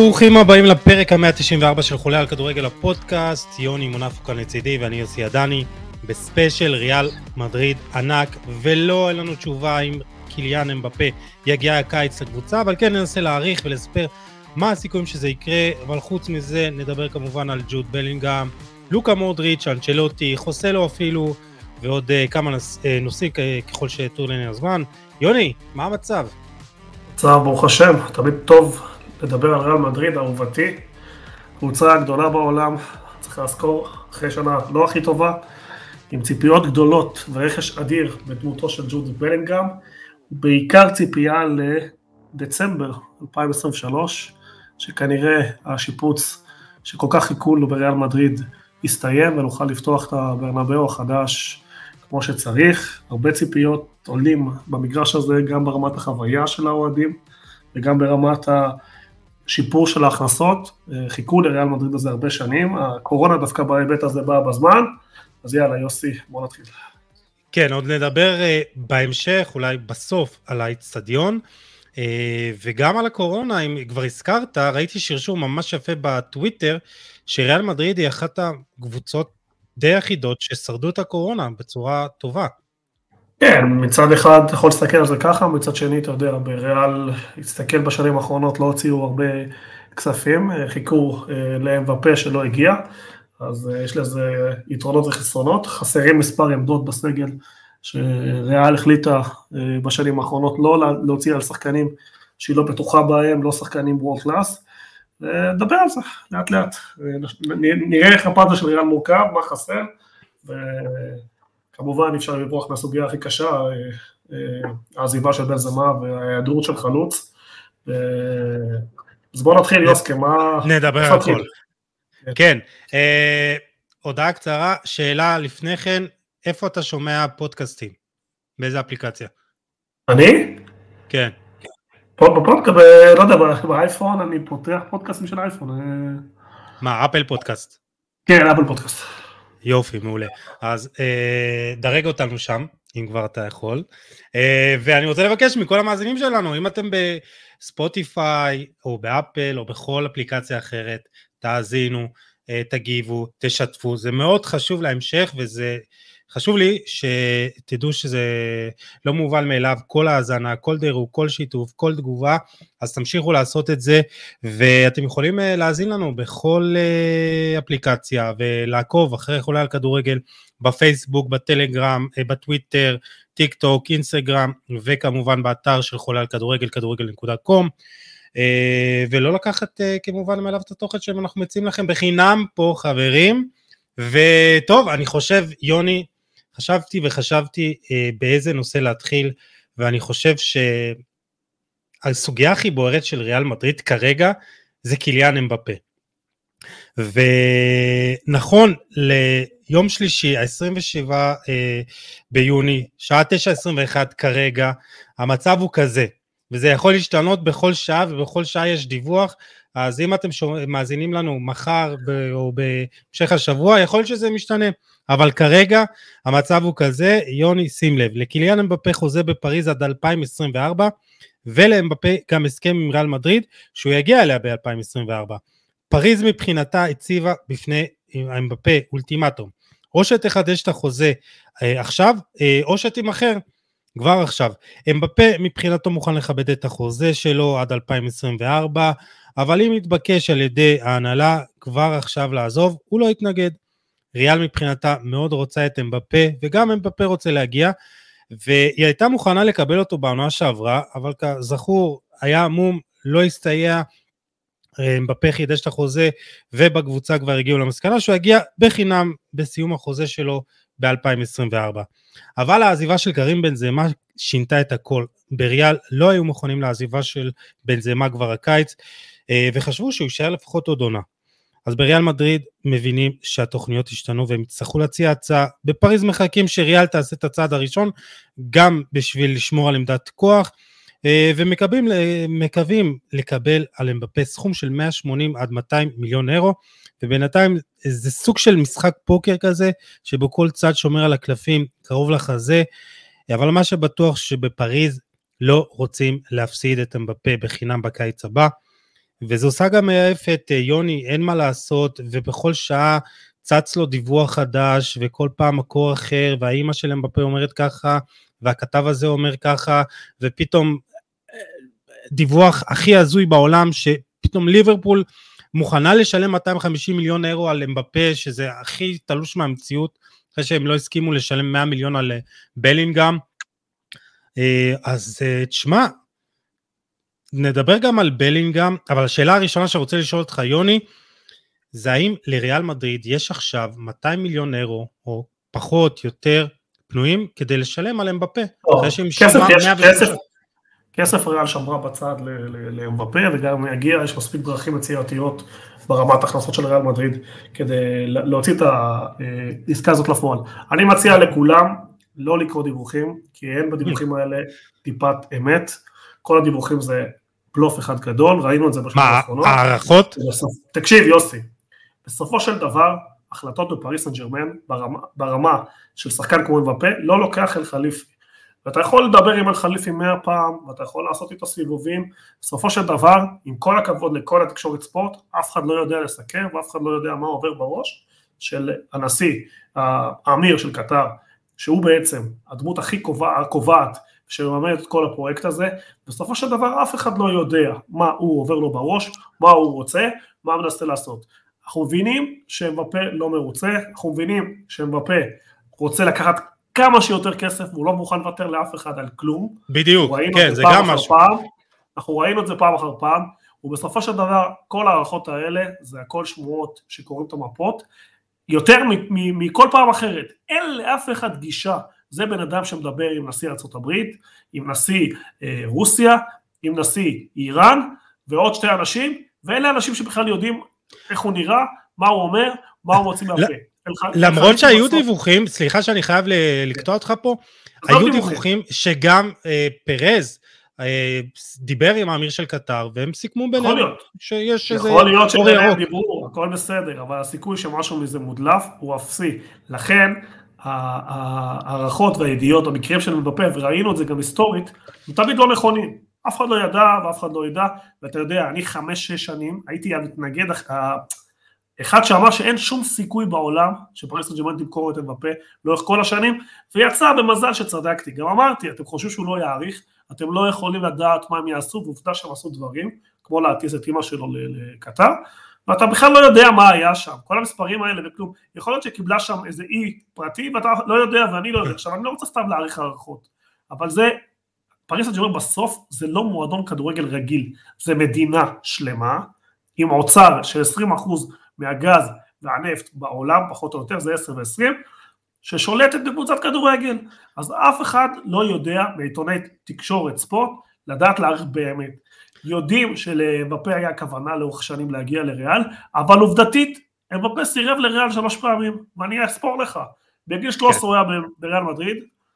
ברוכים הבאים לפרק ה-194 של חולה על כדורגל הפודקאסט. יוני מונפו כאן לצידי ואני יוסי עדני בספיישל ריאל מדריד ענק, ולא אין לנו תשובה אם קיליאן אמבפה יגיע הקיץ לקבוצה, אבל כן ננסה להעריך ולספר מה הסיכויים שזה יקרה. אבל חוץ מזה נדבר כמובן על ג'וד בלינגהאם, לוקה מודריץ', אנצ'לוטי, חוסלו אפילו, ועוד כמה נושאים ככל שתור לנו הזמן. יוני, מה המצב? מצב ברוך השם, תמיד טוב לדבר על ריאל מדריד, אהובתי, קבוצה הגדולה בעולם, צריך לזכור, אחרי שנה לא הכי טובה, עם ציפיות גדולות ורכש אדיר בדמותו של ג'וד בלינגהאם, בעיקר ציפייה לדצמבר 2023, שכנראה השיפוץ שכל כך חיכו לו בריאל מדריד יסתיים, ונוכל לפתוח את הברנבאו החדש כמו שצריך. הרבה ציפיות עולים במגרש הזה, גם ברמת החוויה של האוהדים, וגם ברמת השיפור של ההכנסות. חיכו לריאל מדריד הזה הרבה שנים, הקורונה דווקא בהיבט הזה באה בזמן, אז יאללה יוסי, בוא נתחיל. כן, עוד נדבר בהמשך, אולי בסוף, על האצטדיון, וגם על הקורונה. אם כבר הזכרת, ראיתי שרשור ממש יפה בטוויטר, שריאל מדריד היא אחת הקבוצות די אחידות ששרדו את הקורונה בצורה טובה. כן, מצד אחד אתה יכול להסתכל על זה ככה, מצד שני אתה יודע, בריאל הסתכל בשנים האחרונות, לא הוציאו הרבה כספים, חיכו לאמבפה שלא הגיע, אז יש לזה יתרונות וחסרונות, חסרים מספר עמדות בסגל, שריאל החליטה בשנים האחרונות לא להוציא על שחקנים שהיא לא בטוחה בהם, לא שחקנים וורלד קלאס, נדבר על זה לאט לאט, נראה איך הפרטה של ריאל מורכב, מה חסר, וכמובן אפשר לברוח מהסוגיה הכי קשה, העזיבה של בנזמה וההיעדרות של חלוץ, אז בואו נתחיל יוסקי, מה... נדבר על הכל. כן, הודעה קצרה, שאלה לפני כן, איפה אתה שומע פודקאסטים? באיזה אפליקציה? אני? כן. בפודקאסט, לא יודע, באייפון, אני פותח פודקאסטים של אייפון. מה, אפל פודקאסט? כן, אפל פודקאסט. יופי, מעולה. אז דרג אותנו שם, אם כבר אתה יכול. ואני רוצה לבקש מכל המאזינים שלנו, אם אתם בספוטיפיי, או באפל, או בכל אפליקציה אחרת, תאזינו, תגיבו, תשתפו, זה מאוד חשוב להמשך, וזה חשוב לי שתדעו שזה לא מובן מאליו, כל האזנה, כל דירוג, כל שיתוף, כל תגובה, אז תמשיכו לעשות את זה, ואתם יכולים להאזין לנו בכל אפליקציה, ולעקוב אחרי חולה על כדורגל, בפייסבוק, בטלגרם, בטוויטר, טיק טוק, אינסטגרם, וכמובן באתר של חולה על כדורגל, כדורגל.com, ולא לקחת כמובן מאליו את התוכן שאנחנו מציעים לכם בחינם פה חברים. וטוב, אני חושב יוני, חשבתי באיזה נושא להתחיל, ואני חושב שהסוגיה הכי בוערת של ריאל מדריד כרגע זה קיליאן אמבפה, ונכון ליום שלישי 27 ביוני שעה 9:21 כרגע המצב הוא כזה, וזה יכול להשתנות בכל שעה, ובכל שעה יש דיווח, אז אם אתם מאזינים לנו מחר או בהמשך השבוע, יכול להיות שזה משתנה, אבל כרגע המצב הוא כזה. יוני, שים לב, לקיליאן אמבפה חוזה בפריז עד 2024, ולאמבפה גם הסכם עם ריאל מדריד, שהוא יגיע אליה ב-2024. פריז מבחינתה הציבה בפני אמבפה אולטימטום, או שתחדש את החוזה עכשיו, או שתימכר כבר עכשיו. אמבפה מבחינתו מוכן לכבד את החוזה שלו עד 2024, אבל אם יתבקש על ידי ההנהלה כבר עכשיו לעזוב, הוא לא יתנגד. ריאל מבחינתה מאוד רוצה את אמבפה, וגם אמבפה רוצה להגיע, והיא הייתה מוכנה לקבל אותו בעונה שעברה, אבל כזכור היה מום, לא הסתייע, אמבפה חידש את החוזה, ובקבוצה כבר הגיעו למסקנה שהוא הגיע בחינם בסיום החוזה שלו ב-2024. אבל העזיבה של קרים בנזמה שינתה את הכל. בריאל לא היו מוכנים לעזיבה של בנזמה כבר הקיץ, וחשבו שהוא יישאר לפחות עוד עונה. אז בריאל מדריד מבינים שהתוכניות השתנו, והם יצטרכו להציע הצעה. בפריז מחכים שריאל תעשה את הצעד הראשון, גם בשביל לשמור על עמדת כוח, ומקווים לקבל על אמבפה סכום של 180 עד 200 מיליון אירו, ובינתיים זה סוג של משחק פוקר כזה, שבו כל צד שומר על הקלפים קרוב לחזה, אבל מה שבטוח שבפריז לא רוצים להפסיד את אמבפה בחינם בקיץ הבא, וזה עושה גם מעייף את יוני, אין מה לעשות, ובכל שעה צץ לו דיווח חדש, וכל פעם מקור אחר, והאימא של אמבפה אומרת ככה, והכתב הזה אומר ככה, ופתאום דיווח הכי הזוי בעולם, שפתאום ליברפול מוכנה לשלם 250 מיליון אירו על אמבפה, שזה הכי תלוש מהמציאות, אחרי שהם לא הסכימו לשלם 100 מיליון על בלינגהם. אז תשמע, נדבר גם על בלינגהם, אבל השאלה הראשונה שרוצה לשאול אותך יוני, זה האם לריאל מדריד יש עכשיו 200 מיליון אירו, או פחות, יותר, פנויים, כדי לשלם על אמבפה. כסף ריאל שמרה בצד לאמבפה, וגם יגיע, יש מספיק דרכים יצירתיות ברמת הכנסות של ריאל מדריד, כדי להוציא את העסקה הזאת לפועל. אני מציע לכולם לא לקרוא דיווחים, כי אין בדיווחים האלה טיפת אמת, כל הדיווחים זה בלוף אחד גדול, ראינו את זה בשנים האחרונות. מה, הערכות? תקשיב יוסי, בסופו של דבר, החלטות בפריס סן ז'רמן, ברמה של שחקן כמו אמבפה, לא לוקח אל חליפי. ואתה יכול לדבר עם אל חליפי 100 פעם, ואתה יכול לעשות איתו סיבובים, בסופו של דבר, עם כל הכבוד לכל התקשורת ספורט, אף אחד לא יודע לסקר, ואף אחד לא יודע מה עובר בראש של הנשיא, האמיר של קטר, שהוא בעצם הדמות הכי קובעת, שמממנת את כל הפרויקט הזה, בסופו של דבר אף אחד לא יודע מה הוא עובר לו בראש, מה הוא רוצה, מה מנסה לעשות. אנחנו מבינים שאמבפה לא מרוצה, אנחנו מבינים שאמבפה רוצה לקחת כמה שיותר כסף, והוא לא מוכן לוותר לאף אחד על כלום. בדיוק, כן, זה גם משהו. אנחנו ראינו את זה פעם אחר פעם, ובסופו של דבר, כל הערכות האלה, זה הכל שמועות שקוראים את המפות, יותר מכל פעם אחרת. אין לאף אחד גישה, זה בן אדם שמדבר עם נשיא ארצות הברית, עם נשיא רוסיה, עם נשיא איראן, ועוד שתי אנשים, ואלה אנשים שבכלל יודעים איך הוא נראה, מה הוא אומר, מה הוא מוציא מהפה. למרות שהיו דיווחים, סליחה שאני חייב לקטוע אותך פה, היו דיווחים שגם פרז דיבר עם האמיר של קטר, והם סיכמו ביניהם שיש איזה יכול להיות שביניהם דיברו, הכל בסדר, אבל הסיכוי שמשהו מזה מודלף הוא אפסי, לכן הערכות והידיעות, המקרים של אמבפה, וראינו את זה גם היסטורית, הם תמיד לא נכונים, אף אחד לא ידע ואף אחד לא ידע, ואתה יודע, אני 5-6 שנים, הייתי המתנגד אחד שאמר שאין שום סיכוי בעולם שפריס סן ז'רמן תמכור את אמבפה לאורך כל השנים, ויצא במזל שצדקתי. גם אמרתי, אתם חושבים שהוא לא יעריך, אתם לא יכולים לדעת מה הם יעשו, ועובדה שהם עשו דברים, כמו להטיס את אמא שלו לקטר, ואתה בכלל לא יודע מה היה שם, כל המספרים האלה וכלום, יכול להיות שקיבלה שם איזה אי פרטי, ואתה לא יודע ואני לא יודע, עכשיו אני לא רוצה סתם להעריך הערכות, אבל זה, פריס סן ז'רמן בסוף זה לא מועדון כדורגל רגיל, זה מדינה שלמה, עם אוצר של 20% מהגז והנפט בעולם, פחות או יותר, זה 10 ו-20, ששולטת בקבוצת כדורגל. אז אף אחד לא יודע, בעיתוני תקשורת ספורט, לדעת להעריך באמת. יודעים שלאמבפה היה כוונה לאורך שנים להגיע לריאל, אבל עובדתית, אמבפה סירב לריאל 3 פעמים, ואני אספור לך. בגיל 13 היה בריאל מדריד,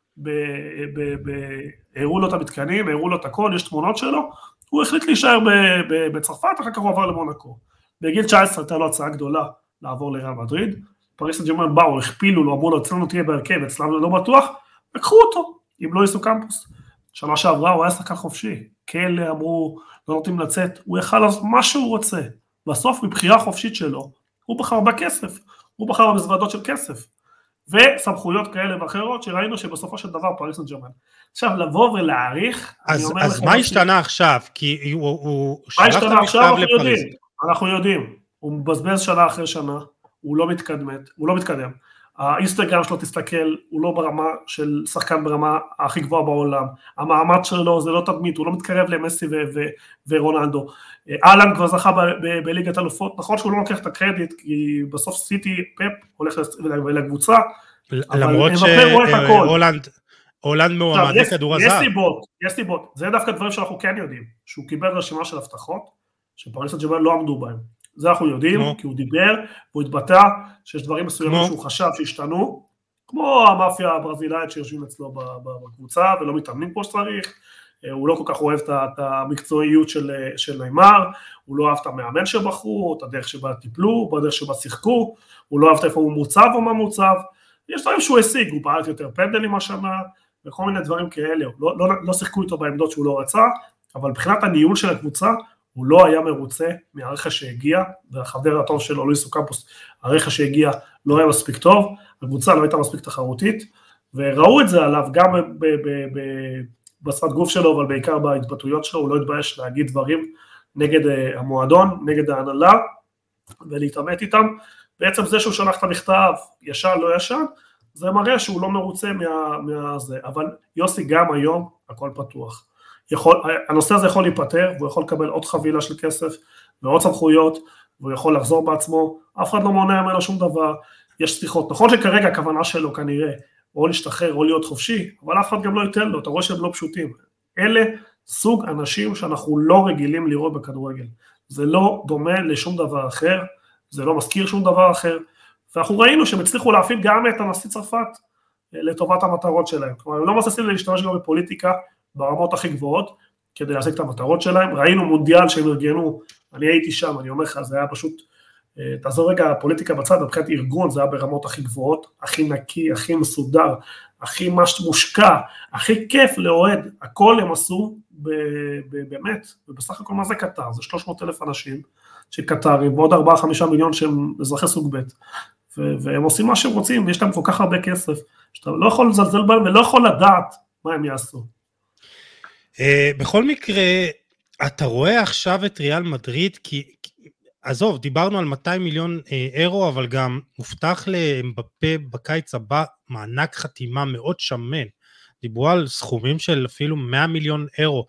הראו לו את המתקנים, הראו לו את הכל, יש תמונות שלו, הוא החליט להישאר בצרפת, אחר כך הוא עבר למונקו. בגיל 19 הייתה לו הצעה גדולה לעבור לריאל מדריד, פריס סן ז'רמן באו, הכפילו לו, אמרו לו, אצלנו תהיה בהרכב, אצלנו לא בטוח, לקחו אותו, אם לא ייסו קמפוס. שנה שעברה הוא היה שחקן חופשי, כאלה אמרו, לא נותנים לצאת, הוא יכל לעשות מה שהוא רוצה, בסוף מבחירה חופשית שלו, הוא בחר בכסף, הוא בחר במזוודות של כסף, וסמכויות כאלה ואחרות, שראינו שבסופו של דבר פריס סן ז'רמן. עכשיו לבוא ולהעריך, אז מה השתנה עכשיו? כי הוא שלח את המכתב לפריז. אנחנו יודעים, הוא מבזבז שנה אחרי שנה, הוא לא מתקדם, האינסטגרם שלו תסתכל, הוא לא ברמה של שחקן ברמה הכי גבוהה בעולם, המעמד שלו זה לא תדמית, הוא לא מתקרב למסי ורונלדו, אלן כבר זכה בליגת אלופות, נכון שהוא לא לוקח את הקרדיט, כי בסוף סיטי פפ הולך לקבוצה, למרות שהולנד מועמד לכדור הזהב. יש סיבות, זה דווקא דברים שאנחנו כן יודעים, שהוא קיבל רשימה של הבטחות, שפריס סן ז'רמן לא עמדו בהם, זה אנחנו יודעים, כי הוא דיבר, והוא התבטא שיש דברים מסוימים שהוא חשב שהשתנו, כמו המאפיה הברזילאית שיושבים אצלו בקבוצה, ולא מתאמנים כמו שצריך, הוא לא כל כך אוהב את המקצועיות של נאמר, הוא לא אוהב את המאמן שבחרו, את הדרך שבה טיפלו, בדרך שבה שיחקו, הוא לא אוהב את איפה הוא מוצב או מה מוצב, יש דברים שהוא השיג, הוא פעל יותר פנדלים השנה, וכל מיני דברים כאלה, לא שיחקו איתו בעמדות שהוא לא רצה, אבל מבחינת הניהול של הקבוצה, הוא לא היה מרוצה מהרכש שהגיע, והחבר הטוב שלו, לואיס אוקמפוס, הרכש שהגיע לא היה מספיק טוב, הקבוצה לא הייתה מספיק תחרותית, וראו את זה עליו גם בשפת גוף שלו, אבל בעיקר בהתבטאויות שלו, הוא לא התבייש להגיד דברים נגד המועדון, נגד ההנהלה, ולהתעמת איתם. בעצם זה שהוא שלח את המכתב, ישן, לא ישן, זה מראה שהוא לא מרוצה מהזה, אבל יוסי גם היום, הכל פתוח. הנושא הזה יכול להיפטר, והוא יכול לקבל עוד חבילה של כסף, ועוד סמכויות, והוא יכול לחזור בעצמו, אף אחד לא מונע ממנו שום דבר, יש שיחות, נכון שכרגע הכוונה שלו כנראה, או להשתחרר או להיות חופשי, אבל אף אחד גם לא ייתן לו, אתה רואה שהם לא פשוטים. אלה סוג אנשים שאנחנו לא רגילים לראות בכדורגל. זה לא דומה לשום דבר אחר, זה לא מזכיר שום דבר אחר, ואנחנו ראינו שהם הצליחו להפעיל גם את הנשיא צרפת לטובת המטרות שלהם. כלומר, הם לא מססים להשתמש גם בפוליטיקה ברמות הכי גבוהות, כדי להשיג את המטרות שלהם. ראינו מונדיאל שהם ארגנו, אני הייתי שם, אני אומר לך, זה היה פשוט, תעזור רגע הפוליטיקה בצד, מבחינת ארגון, זה היה ברמות הכי גבוהות, הכי נקי, הכי מסודר, הכי מושקע, הכי כיף לאוהד, הכל הם עשו באמת, ובסך הכל מה זה קטר? זה 300,000 אנשים שקטרים, ועוד 4-5 מיליון שהם אזרחי סוג ב', והם עושים מה שהם רוצים, ויש להם כל כך הרבה כסף, שאתה לא יכול לזלזל בהם, ולא יכול לדעת מה הם יעשו. בכל מקרה, אתה רואה עכשיו את ריאל מדריד, כי עזוב, דיברנו על 200 מיליון אירו, אבל גם הובטח לאמבפה בקיץ הבא מענק חתימה מאוד שמן, דיברו על סכומים של אפילו 100 מיליון אירו.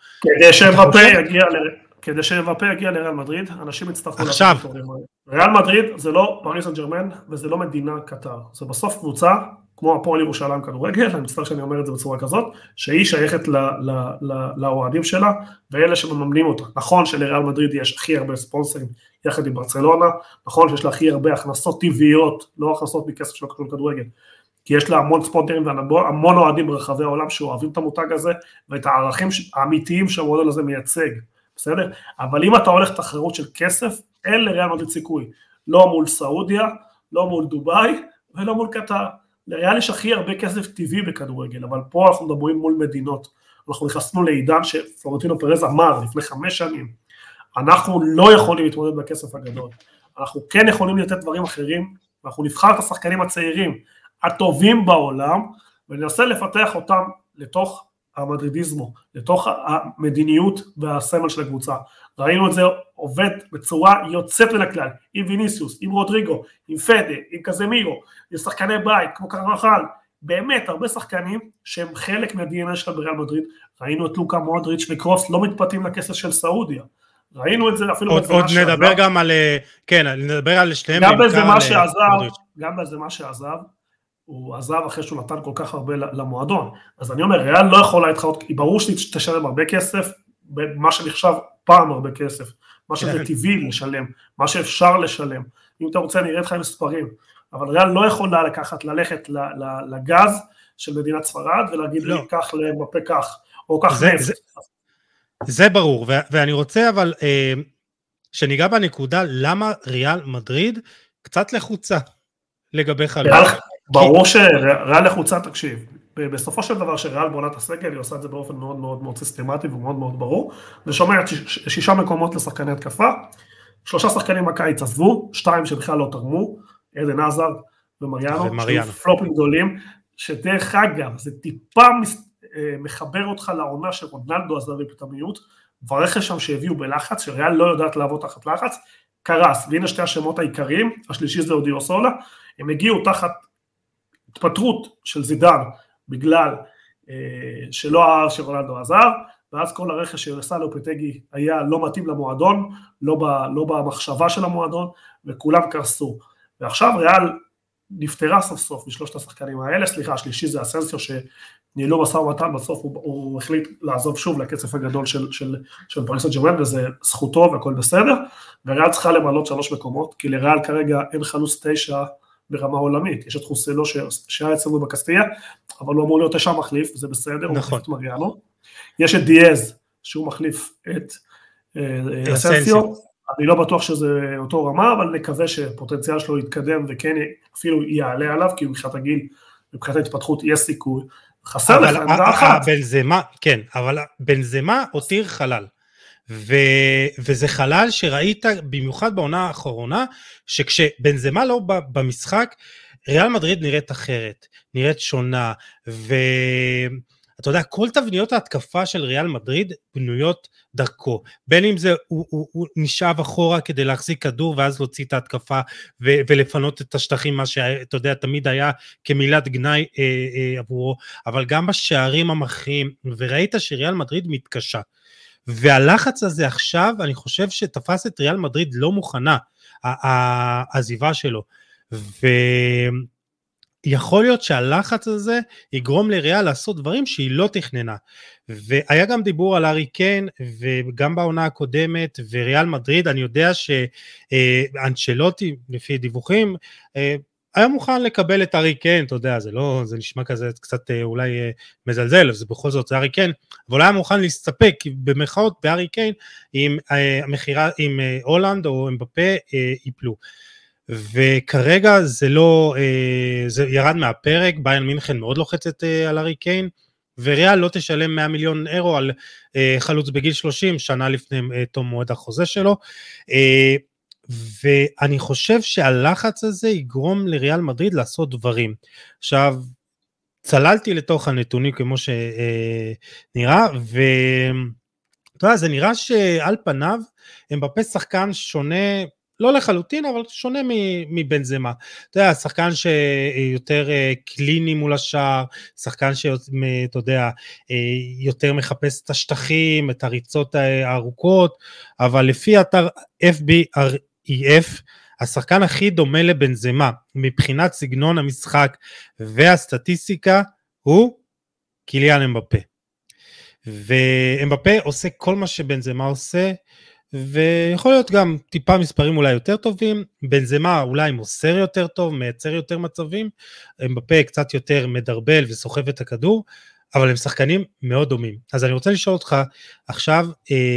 כדי שאמבפה יגיע לריאל מדריד, אנשים יצטרכו עכשיו. ריאל מדריד זה לא פריס סן ז'רמן, וזה לא מדינה קטר, זה בסוף קבוצה, כמו הפועל ירושלים כדורגל, אני מצטער שאני אומר את זה בצורה כזאת, שהיא שייכת לאוהדים שלה, ואלה שמממנים אותה. נכון שלריאל מדריד יש הכי הרבה ספונסרים יחד עם ברצלונה, נכון שיש לה הכי הרבה הכנסות טבעיות, לא הכנסות מכסף של כדורגל, כי יש לה המון ספונסרים והמון אוהדים ברחבי העולם שאוהבים את המותג הזה, ואת הערכים האמיתיים שהמודל הזה מייצג, בסדר? אבל אם אתה הולך תחרות של כסף, אין לריאל מדריד סיכוי, לא מול סעודיה, לא מול דובאי, ולא מול קטר. לריאל יש הכי הרבה כסף טבעי בכדורגל, אבל פה אנחנו מדברים מול מדינות, אנחנו נכנסנו לעידן שפלורנטינו פרז אמר לפני 5 שנים, אנחנו לא יכולים להתמודד בכסף הגדול, אנחנו כן יכולים לתת דברים אחרים, ואנחנו נבחר את השחקנים הצעירים, הטובים בעולם, וננסה לפתח אותם לתוך המדרידיזמו, לתוך המדיניות והסמל של הקבוצה. ראינו את זה עובד בצורה יוצאת מן הכלל, עם ויניסיוס, עם רודריגו, עם פדה, עם קזמירו, עם שחקני בית, כמו קרנחל, באמת הרבה שחקנים שהם חלק מה-DNA של בריאל מדריד. ראינו את לוקה מודריץ' וקרוס לא מתפתים לכסף של סעודיה. ראינו את זה אפילו עוד נדבר גם על, כן, נדבר על שתיהם. גם בזה מה שעזב, הוא עזב אחרי שהוא נתן כל כך הרבה למועדון. אז אני אומר, ריאל לא יכולה להתחרות, ברור שתשלם הרבה כסף, מה שנחשב פעם הרבה כסף, מה שזה טבעי לשלם, מה שאפשר לשלם. אם אתה רוצה, אני אראה לך עם מספרים, אבל ריאל לא יכולה ללכת לגז של מדינת ספרד, ולהגיד לי כך למפה כך, או כך נפט. זה ברור, ואני רוצה אבל, שניגע בנקודה, למה ריאל מדריד קצת לחוצה לגבי חלוץ. ברור שריאל לחוצה, תקשיב, בסופו של דבר שריאל בעונת הסגל, היא עושה את זה באופן מאוד מאוד מאוד סיסטמטי ומאוד מאוד ברור, ושומעת 6 מקומות לשחקני התקפה, 3 שחקנים הקיץ עזבו, 2 שבכלל לא תרמו, עדן עזרד ומריאנו, פלופים גדולים, שדרך אגב, זה טיפה מחבר אותך לעונה שרונלדו עזב בפתאומיות, ורכש שם שהביאו בלחץ, שריאל לא יודעת לעבוד תחת לחץ, קרס, והנה 2 השמות העיקריים, השלישי זה אודיוסולה, הם הגיעו תחת התפטרות של זידן, בגלל שלא אהב שרונלדו עזר, ואז כל הרכש שעשה לופטגי היה לא מתאים למועדון, לא במחשבה של המועדון, וכולם קרסו. ועכשיו ריאל נפטרה סוף סוף משלושת השחקנים האלה, סליחה, השלישי זה אסנסיו שניהלו משא ומתן, בסוף הוא החליט לעזוב שוב לקצף הגדול של פריס סן ז'רמן, וזה זכותו והכל בסדר, וריאל צריכה למעלות 3 מקומות, כי לריאל כרגע אין חלוץ 9 ברמה עולמית, יש את חוסלו שהיה אצלנו בקסטיה, אבל הוא אמור להיות 9 מחליף, זה בסדר, הוא מחליף את מריאנו, יש את דיאז, שהוא מחליף את אסנסיו, אני לא בטוח שזה אותו רמה, אבל נקווה שפוטנציאל שלו יתקדם, וכן אפילו יעלה עליו, כי מבחינת הגיל, מבחינת ההתפתחות, יש סיכוי, חסר לך עמדה אחת. בנזמה, כן, אבל בנזמה הותיר חלל, וזה חלל שראית במיוחד בעונה האחרונה, שכשבנזמה לא במשחק, ריאל מדריד נראית אחרת, נראית שונה, ואתה יודע, כל תבניות ההתקפה של ריאל מדריד בנויות דרכו, בין אם זה הוא נשאב אחורה כדי להחזיק כדור ואז להוציא את ההתקפה ולפנות את השטחים, מה שאתה יודע תמיד היה כמילת גנאי עבורו, אבל גם בשערים המכריעים, וראית שריאל מדריד מתקשה, והלחץ הזה עכשיו אני חושב שתפס את ריאל מדריד לא מוכנה, העזיבה שלו, ויכול להיות שהלחץ הזה יגרום לריאל לעשות דברים שהיא לא תכננה, והיה גם דיבור על הארי קיין, וגם בעונה הקודמת, וריאל מדריד, אני יודע שאנצ'לוטי, לפי דיווחים, היה מוכן לקבל את הארי קיין, אתה יודע, זה נשמע כזה קצת אולי מזלזל, זה בכל זאת זה הארי קיין, אבל היה מוכן להסתפק במחאות בהארי קיין, עם הולנד או אמבפה ייפלו, וכרגע זה לא, זה ירד מהפרק, ביירן מינכן מאוד לוחצת על הארי קיין, וריאל לא תשלם 100 מיליון אירו על חלוץ בגיל 30, שנה לפני תום מועד החוזה שלו, ואני חושב שהלחץ הזה יגרום לריאל מדריד לעשות דברים. עכשיו, צללתי לתוך הנתונים כמו שנראה, ואתה יודע, זה נראה שעל פניו, אמבפה שחקן שונה, לא לחלוטין, אבל שונה מבנזמה. אתה יודע, שחקן שיותר קליני מול השאר, שחקן שאתה יודע, יותר מחפש את השטחים, את הריצות הארוכות, אבל לפי אתר FBref, השחקן הכי דומה לבנזמה, מבחינת סגנון המשחק והסטטיסטיקה, הוא קיליאן אמבפה. ואמבפה עושה כל מה שבנזמה עושה, ויכול להיות גם טיפה מספרים אולי יותר טובים, בנזמה אולי מוסר יותר טוב, מייצר יותר מצבים, אמבפה קצת יותר מדרבל וסוחב את הכדור, אבל הם שחקנים מאוד דומים. אז אני רוצה לשאול אותך, עכשיו,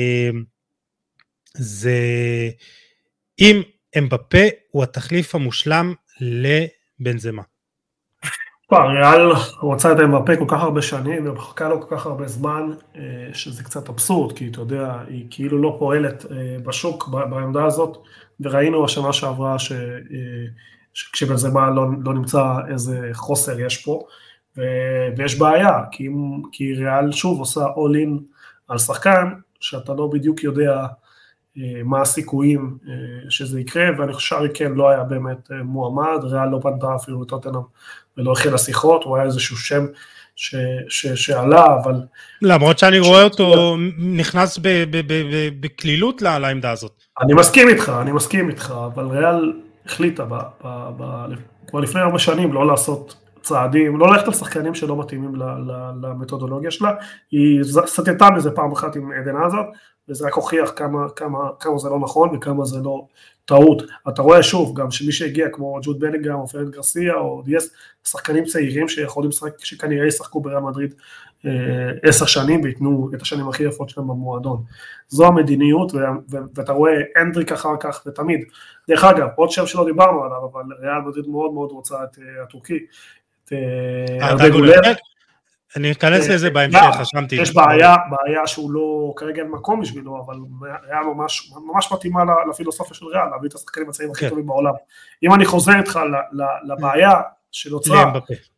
זה אם אמבפה הוא התחליף המושלם לבנזמה. ריאל רוצה את אמבפה כל כך הרבה שנים, ומחכה לו כל כך הרבה זמן, שזה קצת אבסורד, כי אתה יודע, היא כאילו לא פועלת בשוק בעמדה הזאת, וראינו השנה שעברה שכשבנזמה לא נמצא איזה חוסר יש פה, ויש בעיה, כי ריאל שוב עושה all in על שחקן, שאתה לא בדיוק יודע מה הסיכויים שזה יקרה, ואני חושב שהארי קיין לא היה באמת מועמד, ריאל לא פנתה אפילו לטוטנהאם, ולא החל השיחות, הוא היה איזשהו שם שעלה, אבל... למרות שאני רואה אותו נכנס בכלילות לעמדה הזאת. אני מסכים איתך, אבל ריאל החליטה כבר לפני 4 שנים לא לעשות צעדים, לא ללכת על שחקנים שלא מתאימים למתודולוגיה שלה, היא סטטה מזה פעם אחת עם עדן הזאת, וזה רק הוכיח כמה זה לא נכון וכמה זה לא טעות. אתה רואה שוב גם שמי שהגיע כמו ג'וד בלינגהאם או פרנד גרסיה או דיאס, שחקנים צעירים שיכולים לשחק, שכנראה ישחקו בריאל מדריד 10 שנים ויתנו את השנים הכי יפות שלהם במועדון. זו המדיניות, ואתה רואה אנדריק אחר כך ותמיד. דרך אגב, עוד שם שלא דיברנו עליו, אבל ריאל מדריד מאוד מאוד רוצה את הטורקי, את ארגולר. אני אכנס לזה בהמשך, חשמתי. יש בעיה שהוא לא כרגע אין מקום בשבילו, אבל ריאל ממש מתאימה לפילוסופיה של ריאל, להביא את השחקנים הצעירים הכי טובים בעולם. אם אני חוזר איתך לבעיה שנוצרה,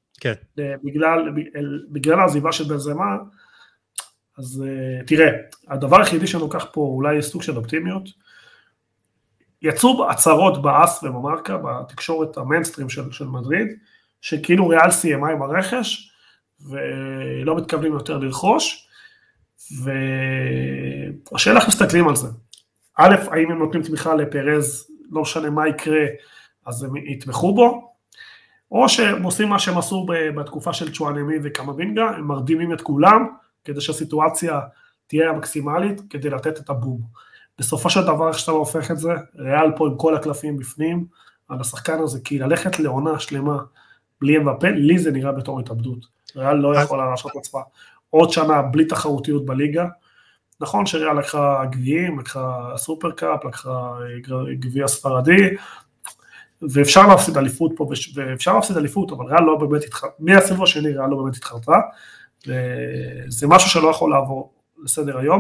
בגלל העזיבה של בנזמה, אז תראה, הדבר היחידי שנוקח פה אולי סוג של אופטימיות, יצאו הצהרות באס ובמרקה, בתקשורת המיינסטרים של מדריד, שכאילו ריאל סיימה עם הרכש, ולא מתכוונים יותר לרכוש, והשאלה איך מסתכלים על זה. א', האם הם נותנים תמיכה לפרז, לא משנה מה יקרה, אז הם יתמכו בו, או שהם עושים מה שהם עשו בתקופה של צ'ואנמי וקמבינגה, הם מרדימים את כולם, כדי שהסיטואציה תהיה המקסימלית, כדי לתת את הבום. בסופו של דבר, איך שאתה לא הופך את זה, ריאל פה עם כל הקלפים בפנים, על השחקן הזה, כי ללכת לעונה שלמה, בלי אמבפה, לי זה נראה בתור התאבדות. ריאל לא יכולה לעשות עצמה עוד שנה בלי תחרותיות בליגה. נכון שריאל לקחה גביעים, לקחה סופר קאפ, לקחה גביע ספרדי, ואפשר להפסיד אליפות פה, ואפשר להפסיד אליפות, אבל ריאל לא באמת התחרתה, מהסיבוב השני ריאל לא באמת התחרתה, זה משהו שלא יכול לעבור לסדר היום,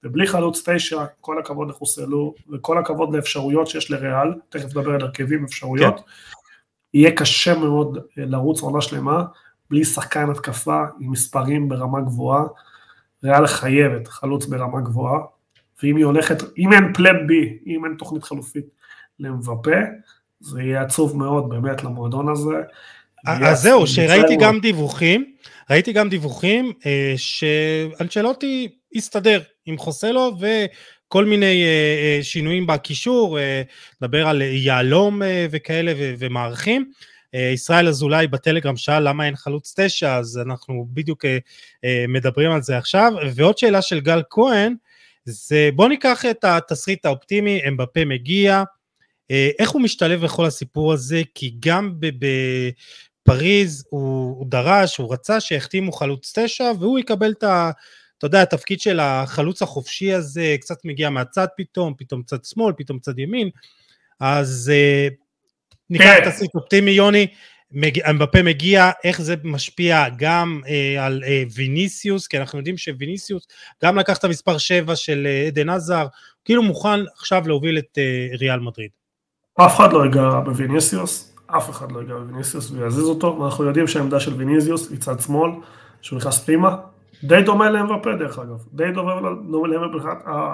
ובלי חלוץ 9, כל הכבוד לחוסלו, וכל הכבוד לאפשרויות שיש לריאל, תכף נדבר על הרכבים אפשרויות, יהיה קשה מאוד לרוץ עונה שלמה, בלי שחקן התקפה, עם מספרים ברמה גבוהה, ריאל חייבת חלוץ ברמה גבוהה, ואם היא הולכת, אם אין פלן בי, אם אין תוכנית חלופית למבפה, זה יהיה עצוב מאוד באמת למועדון הזה. אז זהו, שראיתי גם דיווחים, שאנצ'לוטי יסתדר עם חוסלו, וכל מיני שינויים בקישור, נדבר על יעלום וכאלה ומערכים. ישראל אזולאי בטלגרם שאל למה אין חלוץ 9, אז אנחנו בדיוק מדברים על זה עכשיו. ועוד שאלה של גל כהן, זה בוא ניקח את התסריט האופטימי, אמבפה מגיע, איך הוא משתלב בכל הסיפור הזה, כי גם בפריז הוא דרש, הוא רצה שיחתימו חלוץ 9, והוא יקבל אתה יודע, התפקיד של החלוץ החופשי הזה, קצת מגיע מהצד פתאום צד שמאל, פתאום צד ימין, אז ניקח את התסריט אופטימי, יוני, אמבפה מגיע, איך זה משפיע גם על ויניסיוס, כי אנחנו יודעים שוויניסיוס גם לקח את המספר 7 של עדן עזר, כאילו מוכן עכשיו להוביל את ריאל מדריד. אף אחד לא ייגע בוויניסיוס, ויזיז אותו, ואנחנו יודעים שהעמדה של ויניסיוס היא צד שמאל, שהוא נכנס פנימה, די דומה לאמבפה דרך אגב, די דומה לאמבפה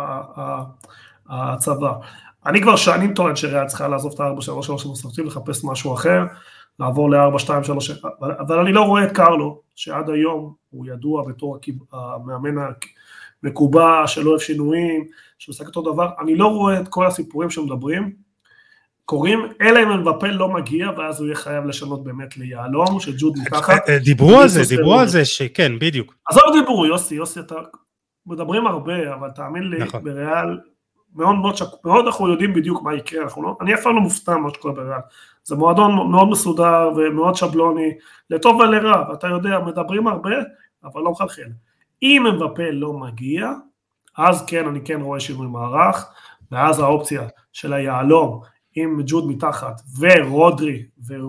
הצבא. אני כבר שנים טוען שריאל צריכה לעזוב את ה-4-3-3 המסורתי, לחפש משהו אחר, לעבור ל-4-2-3, אבל אני לא רואה את קרלו, שעד היום הוא ידוע בתור המאמן המקובע, שלא אוהב שינויים, שעושה אותו דבר, אני לא רואה את כל הסיפורים שמדברים, קוראים, אלא אם אמבפה לא מגיע, ואז הוא יהיה חייב לשנות באמת ליעלום, שג'וד מתחת. דיברו על זה, שכן, בדיוק. אז לא דיברו, יוסי, אתה מדברים הרבה, אבל תאמין לי, בריאל, מאוד אנחנו יודעים בדיוק מה יקרה, אני אף פעם לא מופתע מה שקורה בריאל, זה מועדון מאוד מסודר ומאוד שבלוני, לטוב ולרע, ואתה יודע, מדברים הרבה, אבל לא מחלחל. אם אמבפה לא מגיע, אז כן, אני כן רואה שינוי מערך, ואז האופציה של היעלום, עם ג'וד מתחת, ורודרי,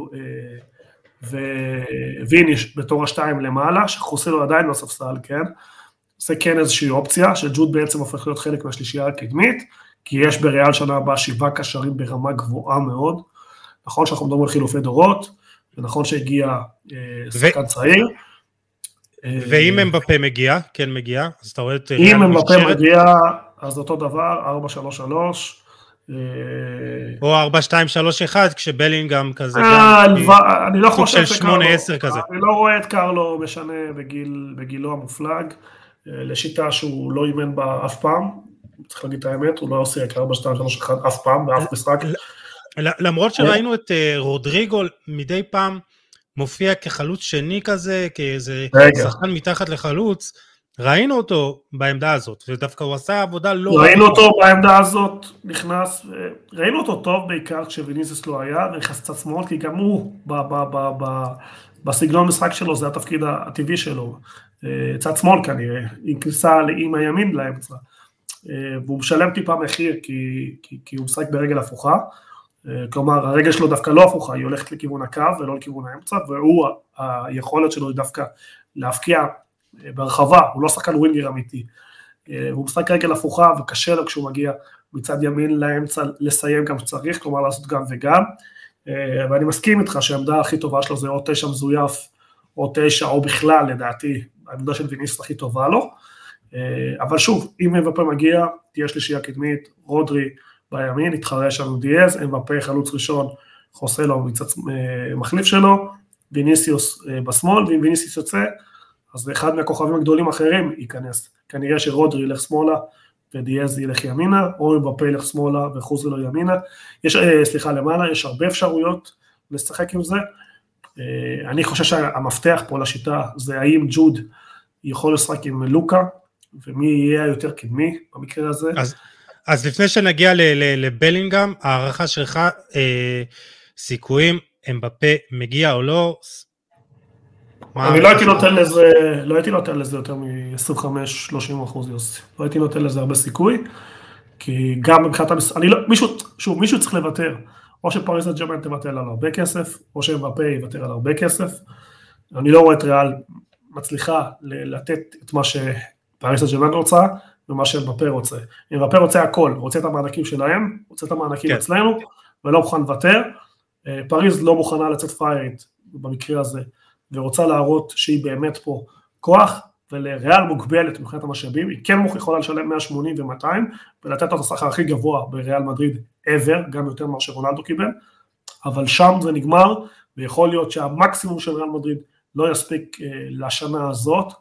וויניש בתור השתיים למעלה, שחוסלו עדיין לא ספסל, כן? זה כן איזושהי אופציה, שג'וד בעצם הופך להיות חלק מהשלישייה הקדמית, כי יש בריאל שנה הבאה 7 קשרים ברמה גבוהה מאוד, נכון שאנחנו מדברים על חילופי דורות, ונכון שהגיע שחקן צעיר. ואם אמבפה מגיע, כן מגיע, אז אתה רואה את... אם אמבפה מגיע, אז אותו דבר, 4-3-3, או 4-2-3-1, כשבלינגהם כזה אני לא חושב שקרלו, אני לא רואה את קרלו משנה בגילו המופלג, לשיטה שהוא לא אימן בה אף פעם, צריך להגיד את האמת, הוא לא עושה 4-2-3-1 אף פעם, באף משחק. למרות שראינו את רודריגו מדי פעם מופיע כחלוץ שני כזה, כאיזה שחקן מתחת לחלוץ, ראינו אותו בעמדה הזאת, ודווקא הוא עשה עבודה לא... ראינו אותו בעמדה הזאת, נכנס, ראינו אותו טוב בעיקר כשוויניסיוס לא היה, ונכנס קצת שמאל, כי גם הוא, בסגנון משחק שלו, זה התפקיד הטבעי שלו, צד שמאל כנראה, עם כניסה עם הימין לאמצע, והוא משלם טיפה מחיר, כי הוא משחק ברגל הפוכה, כלומר הרגל שלו דווקא לא הפוכה, היא הולכת לכיוון הקו ולא לכיוון האמצע, והוא, היכולת שלו היא דווקא להפקיע ברחבה, הוא לא שחקן ווינגר אמיתי, הוא משחק רגל הפוכה וקשה לו כשהוא מגיע מצד ימין לאמצע לסיים גם שצריך, כלומר לעשות גם וגם, ואני מסכים איתך שהעמדה הכי טובה שלו זה או 9 מזויף, או 9 או בכלל לדעתי, העמדה של ויניסיוס הכי טובה לו, אבל שוב, אם אמבפה מגיע, תהיה שלישייה קדמית, רודרי בימין, יתחרה שם דיאז, אמבפה חלוץ ראשון, חוסלו מחליף שלו, ויניסיוס בשמאל, ואם ויניסיוס יוצא, אז אחד מהכוכבים הגדולים אחרים ייכנס, כנראה שרודרי ילך שמאלה, ודיאז ילך ימינה, או אמבפה ילך שמאלה, וחוסלו ימינה, למעלה, יש הרבה אפשרויות לשחק עם זה, אני חושב שהמפתח פה לשיטה, זה האם ג'וד יכול לשחק עם לוקה, ומי יהיה יותר קדמי במקרה הזה. אז לפני שנגיע לבלינגהם, הערכה שלך, סיכויים, אמבפה מגיע או לא? אני לא הייתי נותן לזה יותר מ-25-30% יוסי, לא הייתי נותן לזה הרבה סיכוי, כי גם מבחינת מישהו צריך לוותר, או שפריז סן ז'רמן תוותר על הרבה כסף, או שאמבפה יוותר על הרבה כסף, אני לא רואה את ריאל מצליחה לתת את מה שפריז סן ז'רמן רוצה, ממה שמבפה רוצה. אם מבפה רוצה הכל, רוצה את המענקים שלהם, רוצה את המענקים אצלנו, ולא מוכן לוותר. פריז לא מוכנה לצאת פריירית במקרה הזה, ורוצה להראות שהיא באמת פה כוח, ולריאל מוגבלת מבחינת המשאבים, היא כן יכולה לשלם 180 ו-200, ולתת את השכר הכי גבוה בריאל מדריד ever, גם יותר ממה שרונלדו קיבל, אבל שם זה נגמר, ויכול להיות שהמקסימום של ריאל מדריד לא יספיק לשנה הזאת,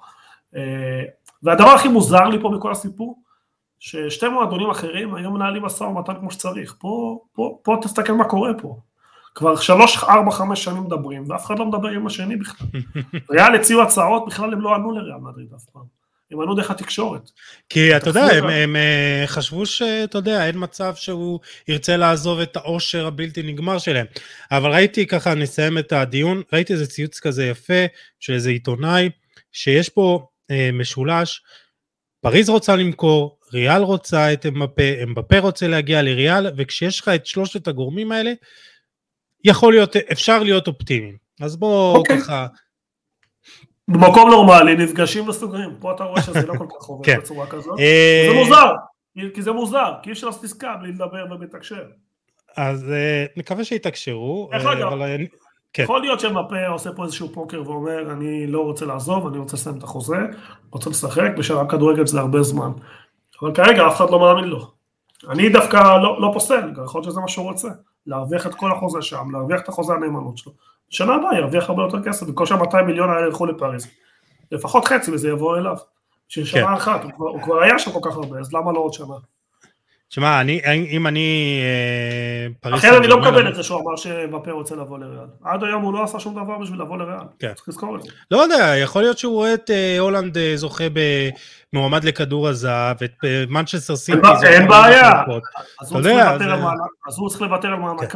והדבר הכי מוזר לי פה בכל הסיפור, ששתי מועדונים אחרים היום מנהלים משא ומתן כמו שצריך, פה תסתכל מה קורה פה, כבר 3, 4, 5 שנים מדברים, ואף אחד לא מדבר עם השני בכלל. ריאל הציעו הצעות, בכלל הם לא ענו לריאל מדריד אף פעם. הם ענו דרך התקשורת. כי אתה יודע, הם חשבו שאתה יודע, אין מצב שהוא ירצה לעזוב את העושר הבלתי נגמר שלהם. אבל ראיתי ככה, נסיים את הדיון, ראיתי איזה ציוץ כזה יפה, של איזה עיתונאי, שיש פה משולש, פריז רוצה למכור, ריאל רוצה את אמבפה, אמבפה רוצה להגיע לריאל, וכשיש לך את שלושת הגורמים האלה, יכול להיות, אפשר להיות אופטימיים. אז בואו ככה... במקום נורמלי, נפגשים וסוגרים. פה אתה רואה שזה לא כל כך עובד בצורה כזאת. זה מוזר, כי זה מוזר, כי אי אפשר להסתסקה בלי לדבר ובתקשר. אז נקווה שיתקשרו. יכול להיות שמפה עושה פה איזשהו פוקר ואומר, אני לא רוצה לעזוב, אני רוצה לסיים את החוזה, רוצה לשחק, בשלב כדורגל זה הרבה זמן. אבל כרגע אף אחד לא מאמין לו. אני דווקא לא פוסל, יכול להיות שזה מה שהוא רוצה. להרוויח את כל החוזה שם, להרוויח את החוזה הנאמנות שלו. שנה הבאה ירוויח הרבה יותר כסף, וכל שם 200 מיליון האלה ילכו לפריז. לפחות חצי וזה יבוא אליו. ששנה אחת, הוא כבר היה שם כל כך הרבה, אז למה לא עוד שנה? תשמע, אם אני... אחרי אני לא מקבל את זה שהוא אמר שמבפה רוצה לבוא לריאל. עד היום הוא לא עשה שום דבר בשביל לבוא לריאל. צריך לזכור את זה. לא יודע, יכול להיות שהוא רואה את הולנד זוכה במועמד לכדור הזהב, ואת מנצ'סטר סיטי... אין בעיה. אז הוא צריך לוותר על מענק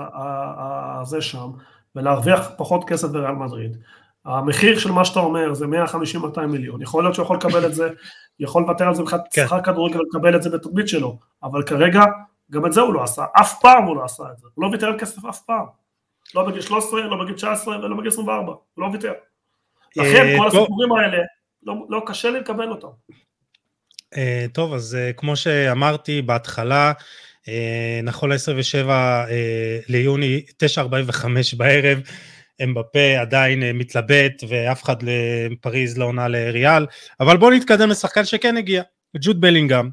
הזה שם, ולהרוויח פחות כסף בריאל מדריד. המחיר של מה שאתה אומר זה 150-200 מיליון. יכול להיות שהוא יכול לקבל את זה, יכול לוותר על זה בכלל שכר כדורגל ולקבל את זה בתוכנית שלו, אבל כרגע גם את זה הוא לא עשה, אף פעם הוא לא עשה את זה, הוא לא ויתר על כסף אף פעם, לא בגיל 13, לא בגיל 19 ולא בגיל 24, הוא לא ויתר. לכן כל הסיפורים האלה, לא קשה לי לקבל אותם. טוב, אז כמו שאמרתי בהתחלה, נכון ל-27 ליוני, 9:45 בערב, אמבפה עדיין מתלבט, ואף אחד לפריז לא עונה לריאל, אבל בואו נתקדם לשחקן שכן הגיע, ג'וד בלינגהאם,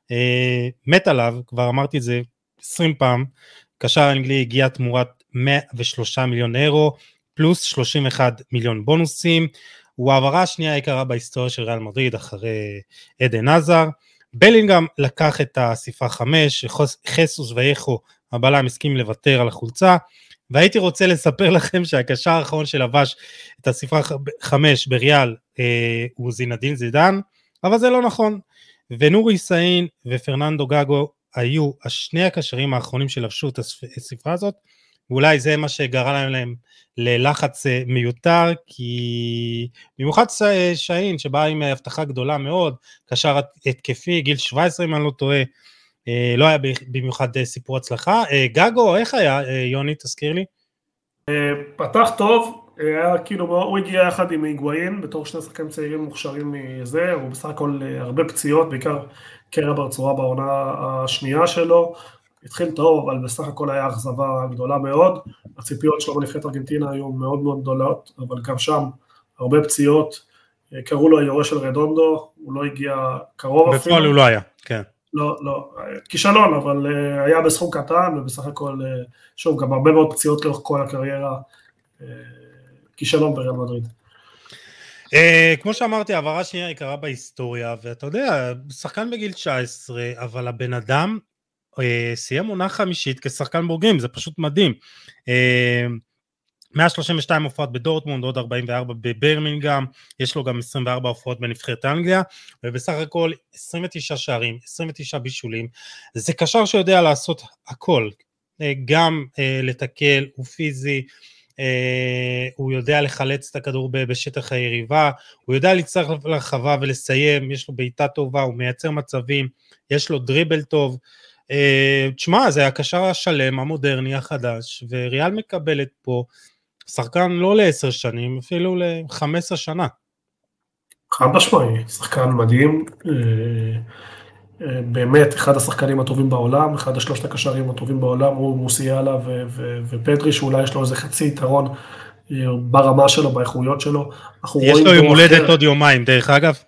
מת עליו, כבר אמרתי את זה 20 פעם, קשר אנגלי הגיע תמורת 103 מיליון אירו, פלוס 31 מיליון בונוסים, הוא העברה השנייה היקרה בהיסטוריה של ריאל מדריד, אחרי עדן עזר, בלינגהאם לקח את הספרה 5, חסוס ואיכו, הבלם הסכים לוותר על החולצה, והייתי רוצה לספר לכם שהקשר האחרון שלבש את הספרה 5 בריאל הוא זינדין זידן, אבל זה לא נכון, ונורי סאין ופרננדו גאגו היו השני הקשרים האחרונים שלבשו את הספרה הזאת, ואולי זה מה שגרם להם ללחץ מיותר, כי במיוחד שאין שבא עם הבטחה גדולה מאוד, קשר התקפי, גיל 17 אם אני לא טועה, לא היה במיוחד סיפור הצלחה. גאגו, איך היה, יוני, תזכיר לי? פתח טוב, היה כאילו, הוא הגיע יחד עם היגואין, בתור שני שחקנים צעירים מוכשרים מזה, הוא בסך הכל הרבה פציעות, בעיקר קרע ברצועה בעונה השנייה שלו, התחיל טוב, אבל בסך הכל היה אכזבה גדולה מאוד, הציפיות שלו בנבחרת ארגנטינה היו מאוד מאוד גדולות, אבל גם שם הרבה פציעות, קראו לו היורש של רדונדו, הוא לא הגיע קרוב אפילו. בפועל הוא לא היה, כן. לא, כישלון, אבל היה בסכום קטן, ובסך הכל, שוב, גם הרבה מאוד פציעות לאורך כל הקריירה, כישלון בריאל מדריד. כמו שאמרתי, העברה שנייה יקרה בהיסטוריה, ואתה יודע, שחקן בגיל 19, אבל הבן אדם סיים עונה חמישית כשחקן בוגרים, זה פשוט מדהים. 132 הופעות בדורטמונד, עוד 44 בברמינגהאם, יש לו גם 24 הופעות בנבחרת אנגליה, ובסך הכל 29 שערים, 29 בישולים, זה קשר שיודע לעשות הכל, גם לתקל, הוא פיזי, הוא יודע לחלץ את הכדור בשטח היריבה, הוא יודע להצטרך לרחבה ולסיים, יש לו בעיטה טובה, הוא מייצר מצבים, יש לו דריבל טוב, תשמע, זה הקשר השלם, המודרני, החדש, וריאל מקבלת פה, שחקן לא ל10 שנים, אפילו ל15 שנה. חד משמעי, שחקן מדהים, באמת אחד השחקנים הטובים בעולם, אחד השלושת הקשרים הטובים בעולם, הוא מוסיאלה ופדרי, שאולי יש לו איזה חצי יתרון ברמה שלו, באיכויות שלו. יש לו יום הולדת עוד יומיים, דרך אגב.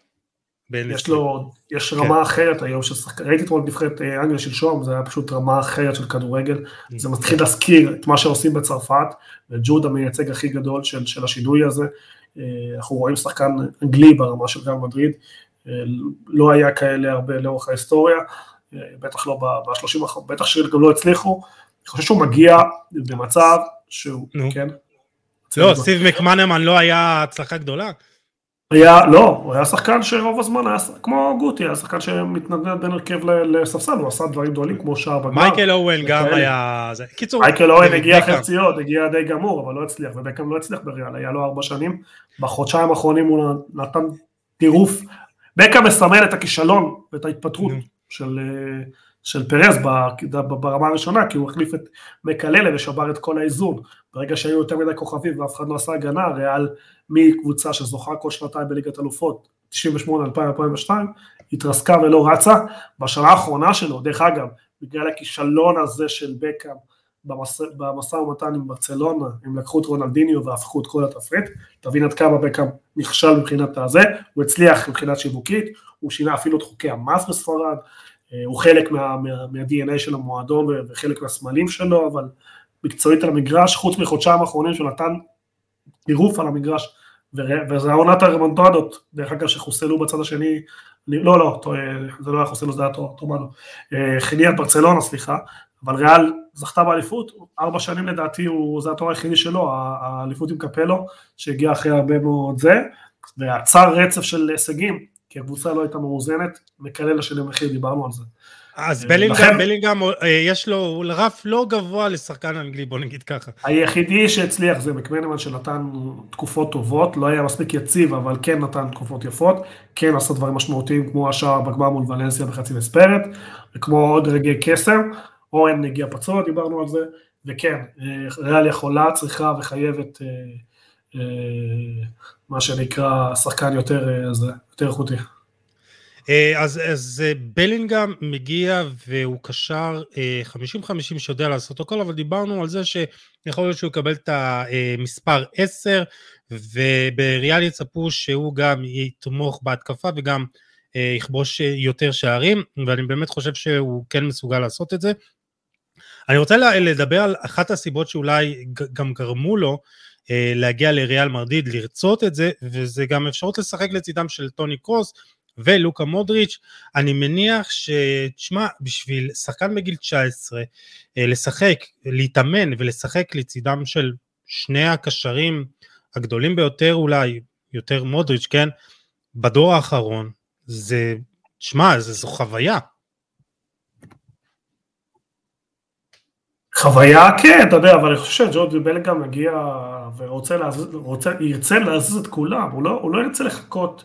יש רמה אחרת היום, ראיתי אתמול נבחרת אנגליה שלשום, זה היה פשוט רמה אחרת של כדורגל, זה מתחיל להזכיר את מה שעושים בצרפת, וג'וד המייצג הכי גדול של השינוי הזה, אנחנו רואים שחקן אנגלי ברמה של ריאל מדריד, לא היה כאלה הרבה לאורך ההיסטוריה, בטח לא ב-30, בטח שגם לא הצליחו, אני חושב שהוא מגיע במצב שהוא, כן? לא, סטיב מקמנמן לא היה הצלחה גדולה? הוא היה שחקן שרוב הזמן היה כמו גוטי, היה שחקן שמתנדנד בין הרכב לספסל, הוא עשה דברים גדולים כמו שער בגמר. מייקל אוהן גם היה... מייקל אוהן הגיע חציות, הגיע די גמור, אבל לא הצליח, ובקאם לא הצליח בריאל, היה לו 4 שנים, בחודשיים האחרונים הוא נתן טירוף, בקאם מסמל את הכישלון ואת ההתפטרות של פרז ברמה הראשונה, כי הוא החליף את מקללה ושבר את כל האיזון, ברגע שהיו יותר מדי כוכבים ואף אחד לא עשה הגנה, ריאל מקבוצה שזוכה כל שנתיים בליגת אלופות, 98, 2000, 2002, התרסקה ולא רצה, בשנה האחרונה שלו, דרך אגב, בגלל הכישלון הזה של בקאם, במשא ומתן עם ברצלונה, הם לקחו את רונלדיניו והפכו את כל התפריט, תבין עד כמה בקאם נכשל מבחינת הזה, הוא הצליח מבחינת שיווקית, הוא שינה אפילו את חוקי המס בספרד, הוא חלק מה-DNA של המועדון וחלק מהסמלים שלו, אבל מקצועית על המגרש, חוץ מחודשיים האחרונים שנתן טירוף על המגרש, וזה העונת הרמונטדות, דרך אגב שחוסלו בצד השני, לא, זה לא היה חוסלו, זה היה טומנו, חיניית ברצלונה, סליחה, אבל ריאל זכתה באליפות, 4 שנים לדעתי, זה התואר היחידי שלו, האליפות עם קפלו, שהגיע אחרי הרבה מאוד זה, ועצר רצף של הישגים, כי הקבוצה לא הייתה מאוזנת, מקלל לשני מחיר, דיברנו על זה. אז בלינגהם יש לו רף לא גבוה לשחקן אנגלי, בוא נגיד ככה. היחידי שהצליח זה מקמנמן שנתן תקופות טובות, לא היה מספיק יציב, אבל כן נתן תקופות יפות, כן עשה דברים משמעותיים, כמו השער בגמר מול ולנסיה בחצי מספרת, וכמו עוד רגעי קסם, אוהן הגיע פצוע, דיברנו על זה, וכן, ריאל יכולה, צריכה וחייבת, מה שנקרא שחקן יותר איכותי. אז בלינגהם מגיע והוא קשר 50-50 שיודע לעשות הכל, אבל דיברנו על זה שיכול להיות שהוא יקבל את המספר 10, ובריאל יצפו שהוא גם יתמוך בהתקפה וגם יכבוש יותר שערים, ואני באמת חושב שהוא כן מסוגל לעשות את זה. אני רוצה לדבר על אחת הסיבות שאולי גם גרמו לו להגיע לריאל מדריד, לרצות את זה, וזה גם אפשרות לשחק לצידם של טוני קרוס, ולוקה מודריץ'. אני מניח שתשמע, בשביל שחקן בגיל 19, לשחק, להתאמן ולשחק לצידם של שני הקשרים הגדולים ביותר, אולי יותר מודריץ', כן, בדור האחרון, זה, תשמע, זו חוויה. חוויה, כן, אתה יודע, אבל אני חושב שג'ורד בלינגהם מגיע ירצה להזיז את כולם, הוא לא ירצה לחכות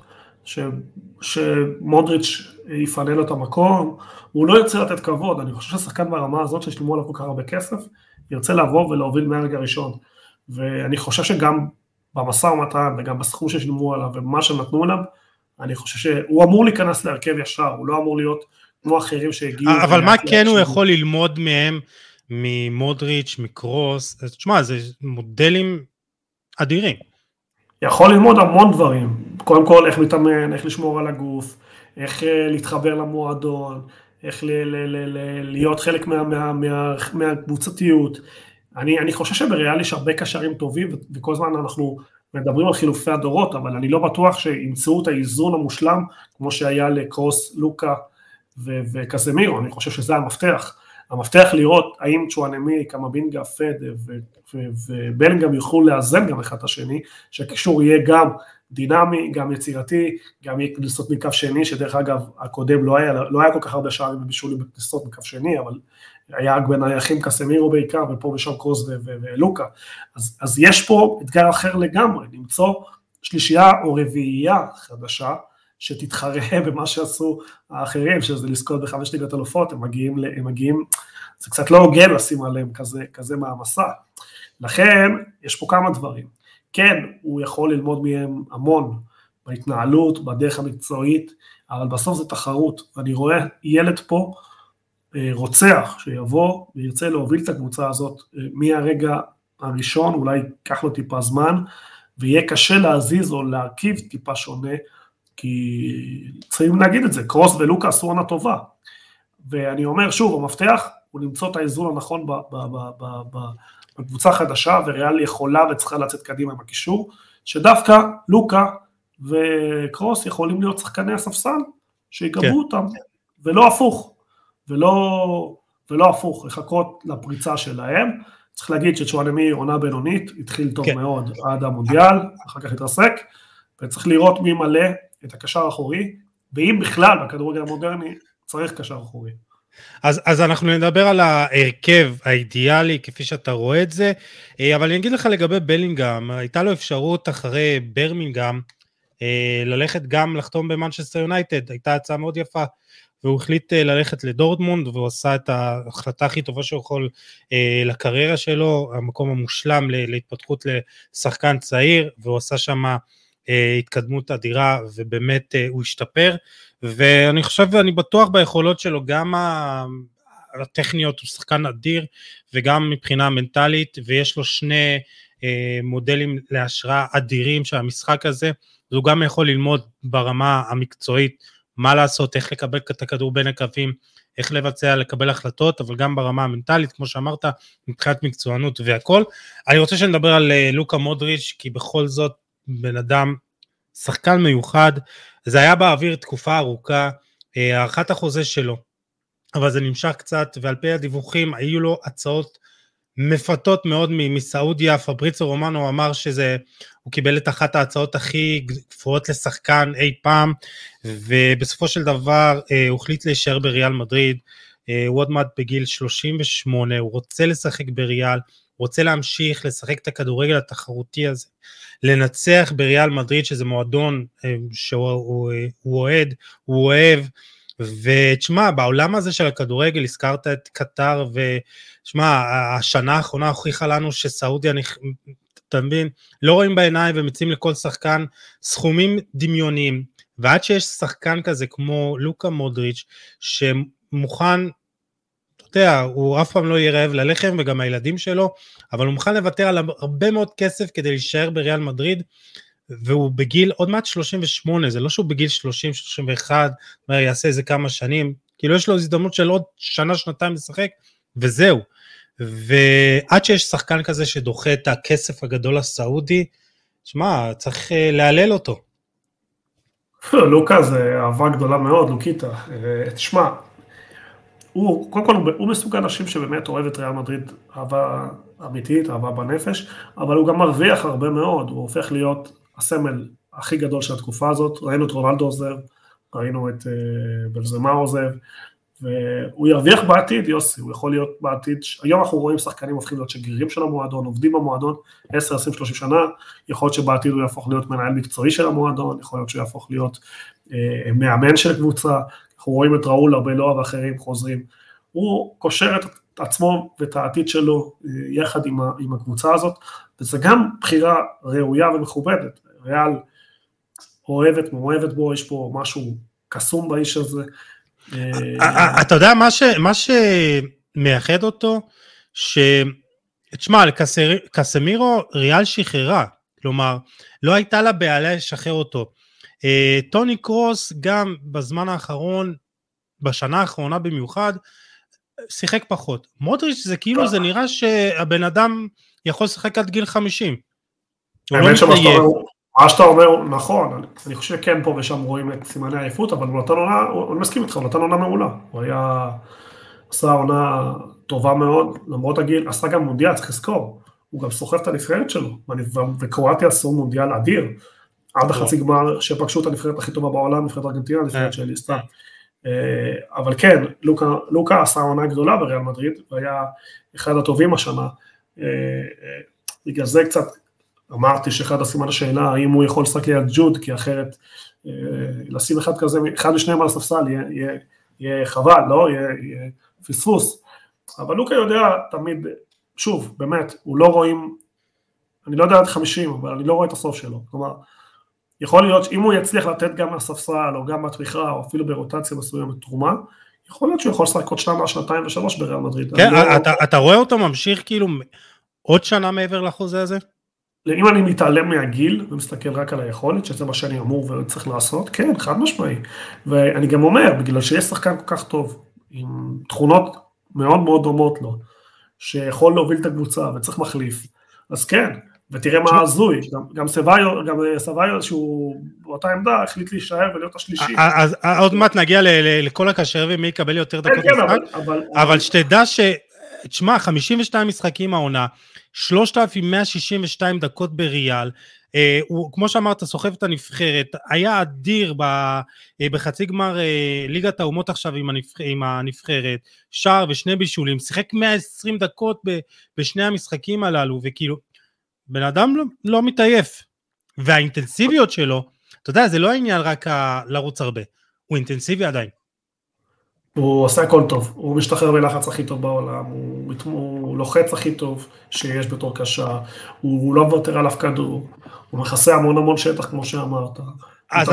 שמודריץ' יפנה לו את המקום, הוא לא ירצה לתת כבוד, אני חושב ששחקן ברמה הזאת ששלמו עליו כל כך הרבה כסף, ירצה לעבור ולהוביל מהרגע הראשון, ואני חושב שגם במשא ומתן וגם בסכום ששלמו עליו ומה שנתנו עליו, אני חושב שהוא אמור להיכנס להרכב ישר, הוא לא אמור להיות כמו אחרים שהגיעו. אבל מה כן הוא יכול ללמוד מהם, ממודריץ', מקרוס, תשמע, זה מודלים אדירים. יכול ללמוד המון דברים, קודם כל איך להתאמן, איך לשמור על הגוף, איך להתחבר למועדון, איך להיות חלק מהקבוצתיות. אני חושב שבריאל יש הרבה קשרים טובים, וכל זמן אנחנו מדברים על חילופי הדורות, אבל אני לא בטוח שימצאו את האיזון המושלם, כמו שהיה לקרוס, לוקה וקסמירו, אני חושב שזה המפתח. המפתח לראות האם צ'ואנמי, קמבינגה, פד ובלינגהם יוכלו לאזן גם אחד השני, שהקישור יהיה גם דינמי, גם יצירתי, גם יהיה כניסות מקו שני, שדרך אגב הקודם לא היה כל כך הרבה שערים ובישולים בכניסות מקו שני, אבל היה בין היחים קסמירו בעיקר, ופה ושם קרוס ולוקה. אז יש פה אתגר אחר לגמרי, למצוא שלישייה או רביעייה חדשה, שתתחרה במה שעשו האחרים, שזה לזכות ב5 ליגת אלופות, הם מגיעים, זה קצת לא הוגן לשים עליהם כזה מהמסע. לכן, יש פה כמה דברים. כן, הוא יכול ללמוד מהם המון, בהתנהלות, בדרך המקצועית, אבל בסוף זה תחרות, ואני רואה ילד פה רוצח שיבוא וירצה להוביל את הקבוצה הזאת מהרגע הראשון, אולי ייקח לו טיפה זמן, ויהיה קשה להזיז או להרכיב טיפה שונה, כי צריכים להגיד את זה, קרוס ולוקה עשו עונה טובה, ואני אומר שוב, המפתח הוא למצוא את האיזון הנכון בקבוצה חדשה, וריאל יכולה וצריכה לצאת קדימה עם הקישור, שדווקא לוקה וקרוס יכולים להיות שחקני הספסל, שיגבו אותם, ולא הפוך, ולא הפוך, לחכות לפריצה שלהם. צריך להגיד שצ'ואנמי עונה בינונית, התחיל טוב מאוד עד המונדיאל, אחר כך התרסק, וצריך לראות מי מלא את הקשר האחורי, ואם בכלל בכדורגל המודרני צריך קשר אחורי. אז אנחנו נדבר על ההרכב האידיאלי, כפי שאתה רואה את זה, אבל אני אגיד לך לגבי בלינגהאם, הייתה לו אפשרות אחרי ברמינגהאם, ללכת גם לחתום במנצ'סטר יונייטד, הייתה הצעה מאוד יפה, והוא החליט ללכת לדורטמונד, והוא עשה את ההחלטה הכי טובה שהוא יכול לקריירה שלו, המקום המושלם להתפתחות לשחקן צעיר, והוא עשה שם התקדמות אדירה, ובאמת הוא השתפר, ואני חושב ואני בטוח ביכולות שלו, גם הטכניות הוא שחקן אדיר, וגם מבחינה מנטלית, ויש לו שני מודלים להשראה אדירים של המשחק הזה, הוא גם יכול ללמוד ברמה המקצועית, מה לעשות, איך לקבל את הכדור בין הקווים, איך לבצע, לקבל החלטות, אבל גם ברמה המנטלית, כמו שאמרת, מבחינת מקצוענות והכל. אני רוצה שנדבר על לוקה מודריץ', כי בכל זאת, בן אדם, שחקן מיוחד, זה היה באוויר תקופה ארוכה, הערכת החוזה שלו, אבל זה נמשך קצת, ועל פי הדיווחים, היו לו הצעות מפתות מאוד מסעודיה, פבריצו רומנו אמר הוא קיבל את אחת ההצעות הכי גבוהות לשחקן אי פעם, ובסופו של דבר הוא החליט להישאר בריאל מדריד, הוא עוד מעט בגיל 38, הוא רוצה לשחק בריאל, הוא רוצה להמשיך לשחק את הכדורגל התחרותי הזה, לנצח בריאל מדריד, שזה מועדון שהוא אוהד, הוא אוהב, ותשמע, בעולם הזה של הכדורגל, הזכרת את קטר, ושמע, השנה האחרונה הוכיחה לנו שסעודיה, אתה מבין, לא רואים בעיניים, ומציעים לכל שחקן סכומים דמיוניים, ועד שיש שחקן כזה, כמו לוקה מודריץ', שמוכן, אתה יודע, הוא אף פעם לא יהיה רעב ללחם, וגם הילדים שלו, אבל הוא מוכן לוותר על הרבה מאוד כסף, כדי להישאר בריאל מדריד, והוא בגיל עוד מעט 38, זה לא שהוא בגיל 30-31, יעשה איזה כמה שנים, כאילו יש לו הזדמנות של עוד שנה, שנתיים לשחק, וזהו. ועד שיש שחקן כזה שדוחה את הכסף הגדול הסעודי, שמע, צריך להלל אותו. לוקה זה אהבה גדולה מאוד, לוקיטה. תשמע, קודם כל הוא מסוג האנשים שבאמת אוהב את ריאל מדריד, אהבה אמיתית, אהבה בנפש, אבל הוא גם מרוויח הרבה מאוד, הוא הופך להיות הסמל הכי גדול של התקופה הזאת, ראינו את רונלדו עוזב, ראינו את בנזמה עוזב, והוא ירוויח בעתיד, יוסי, הוא יכול להיות בעתיד, היום אנחנו רואים שחקנים הופכים להיות שגרירים של המועדון, עובדים במועדון 10, 20, 30 שנה, יכול להיות שבעתיד הוא יהפוך להיות מנהל מקצועי של המועדון, יכול להיות שהוא יהפוך להיות מאמן של קבוצה, אנחנו רואים את ראול ארבלואה ואחרים חוזרים, הוא קושר את עצמו ואת העתיד שלו יחד עם הקבוצה הזאת, וזה גם בחירה ראויה ומכובדת, ריאל אוהבת, מאוהבת בו, יש פה משהו קסום באיש הזה. אתה יודע, מה שמייחד אותו, תשמע, קסמירו ריאל שחררה, כלומר, לא הייתה לה בעיה לשחרר אותו. טוני קרוס גם בזמן האחרון, בשנה האחרונה במיוחד, שיחק פחות. מודריץ' זה כאילו, זה נראה שהבן אדם יכול לשחק עד גיל 50. האמת מה שאתה אומר, נכון, אני חושב שכן פה ושם רואים את סימני העייפות, אבל הוא נתן עונה, אני מסכים איתך, הוא נתן עונה מעולה. הוא עשה עונה טובה מאוד, למרות הגיל, עשה גם מונדיאל, צריך לזכור. הוא גם סוחב את הנבחרת שלו, וקרואטיה עשו מונדיאל אדיר, עד החצי גמר שפגשו את הנבחרת הכי טובה בעולם, נבחרת ארגנטינה, הנבחרת שלי, סתם. אבל כן, לוקה עשה עונה גדולה בריאל מדריד, והיה אחד הטובים השנה, בגלל זה קצת אמרתי שאחד הסימן השאלה, האם הוא יכול לשחק ליד ג'וד, כי אחרת לשים אחד כזה, אחד ושניהם על הספסל, יהיה חבל, לא? יהיה פספוס. אבל לוקה יודע תמיד, שוב, באמת, הוא לא רואים, אני לא יודע עד 50, אבל אני לא רואה את הסוף שלו. כלומר, יכול להיות שאם הוא יצליח לתת גם מהספסל, או גם מהתמיכה, או אפילו ברוטציה מסוימת תרומה, יכול להיות שהוא יכול לשחק עוד שנה, שנתיים ושלוש בריאל מדריד. כן, אתה רואה אותו ממשיך כאילו עוד שנה מעבר לחוזה הזה? אם אני מתעלם מהגיל, ומסתכל רק על היכולת, שזה מה שאני אמור וצריך לעשות, כן, חד משמעי. ואני גם אומר, בגלל שיש שחקן כל כך טוב, עם תכונות מאוד מאוד דומות לו, שיכול להוביל את הקבוצה וצריך מחליף, אז כן, ותראה מה הזוי, גם סביו שהוא באותה עמדה החליט להישאר ולהיות השלישי. אז עוד מעט נגיע לכל הקשר ומי יקבל יותר דקות משחק, אבל שתדע תשמע, 52 משחקים העונה, 3,162 דקות בריאל, הוא, כמו שאמרת, סוחב את הנבחרת, היה אדיר בחצי גמר ליגת האומות עכשיו עם הנבחרת, שער ושני בישולים, שיחק 120 דקות בשני המשחקים הללו, וכאילו, בן אדם לא מתעייף, והאינטנסיביות שלו, אתה יודע, זה לא העניין רק לרוץ הרבה, הוא אינטנסיבי עדיין. הוא עושה הכל טוב, הוא משתחרר בלחץ הכי טוב בעולם, הוא לוחץ הכי טוב שיש בתור קשה, הוא לא מוותר עליו כדור, הוא מכסה המון שטח כמו שאמרת. אז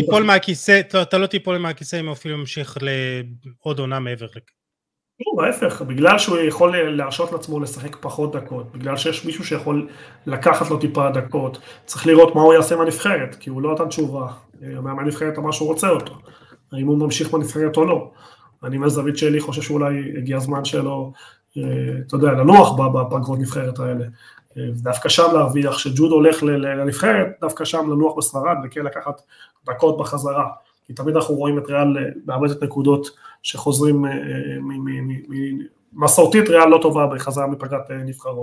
אתה לא תיפול מהכיסא אם הוא אפילו ממשיך לעוד עונה מעבר לכך. לא, ההפך, בגלל שהוא יכול להרשות לעצמו לשחק פחות דקות, בגלל שיש מישהו שיכול לקחת לו טיפה דקות, צריך לראות מה הוא יעשה מהנבחרת, כי הוא לא נתן תשובה, מהנבחרת אמר שהוא רוצה אותו, האם הוא ממשיך מהנבחרת או לא. אני מהזווית שלי חושב שאולי הגיע הזמן שלו, אתה יודע, לנוח בפגרות נבחרת האלה. דווקא שם להרוויח, שג'וד הולך לנבחרת, דווקא שם לנוח בספרד, וכן לקחת דקות בחזרה. כי תמיד אנחנו רואים את ריאל מאבדת נקודות שחוזרים מסורתית, ריאל לא טובה בחזרה מפגרת נבחרות.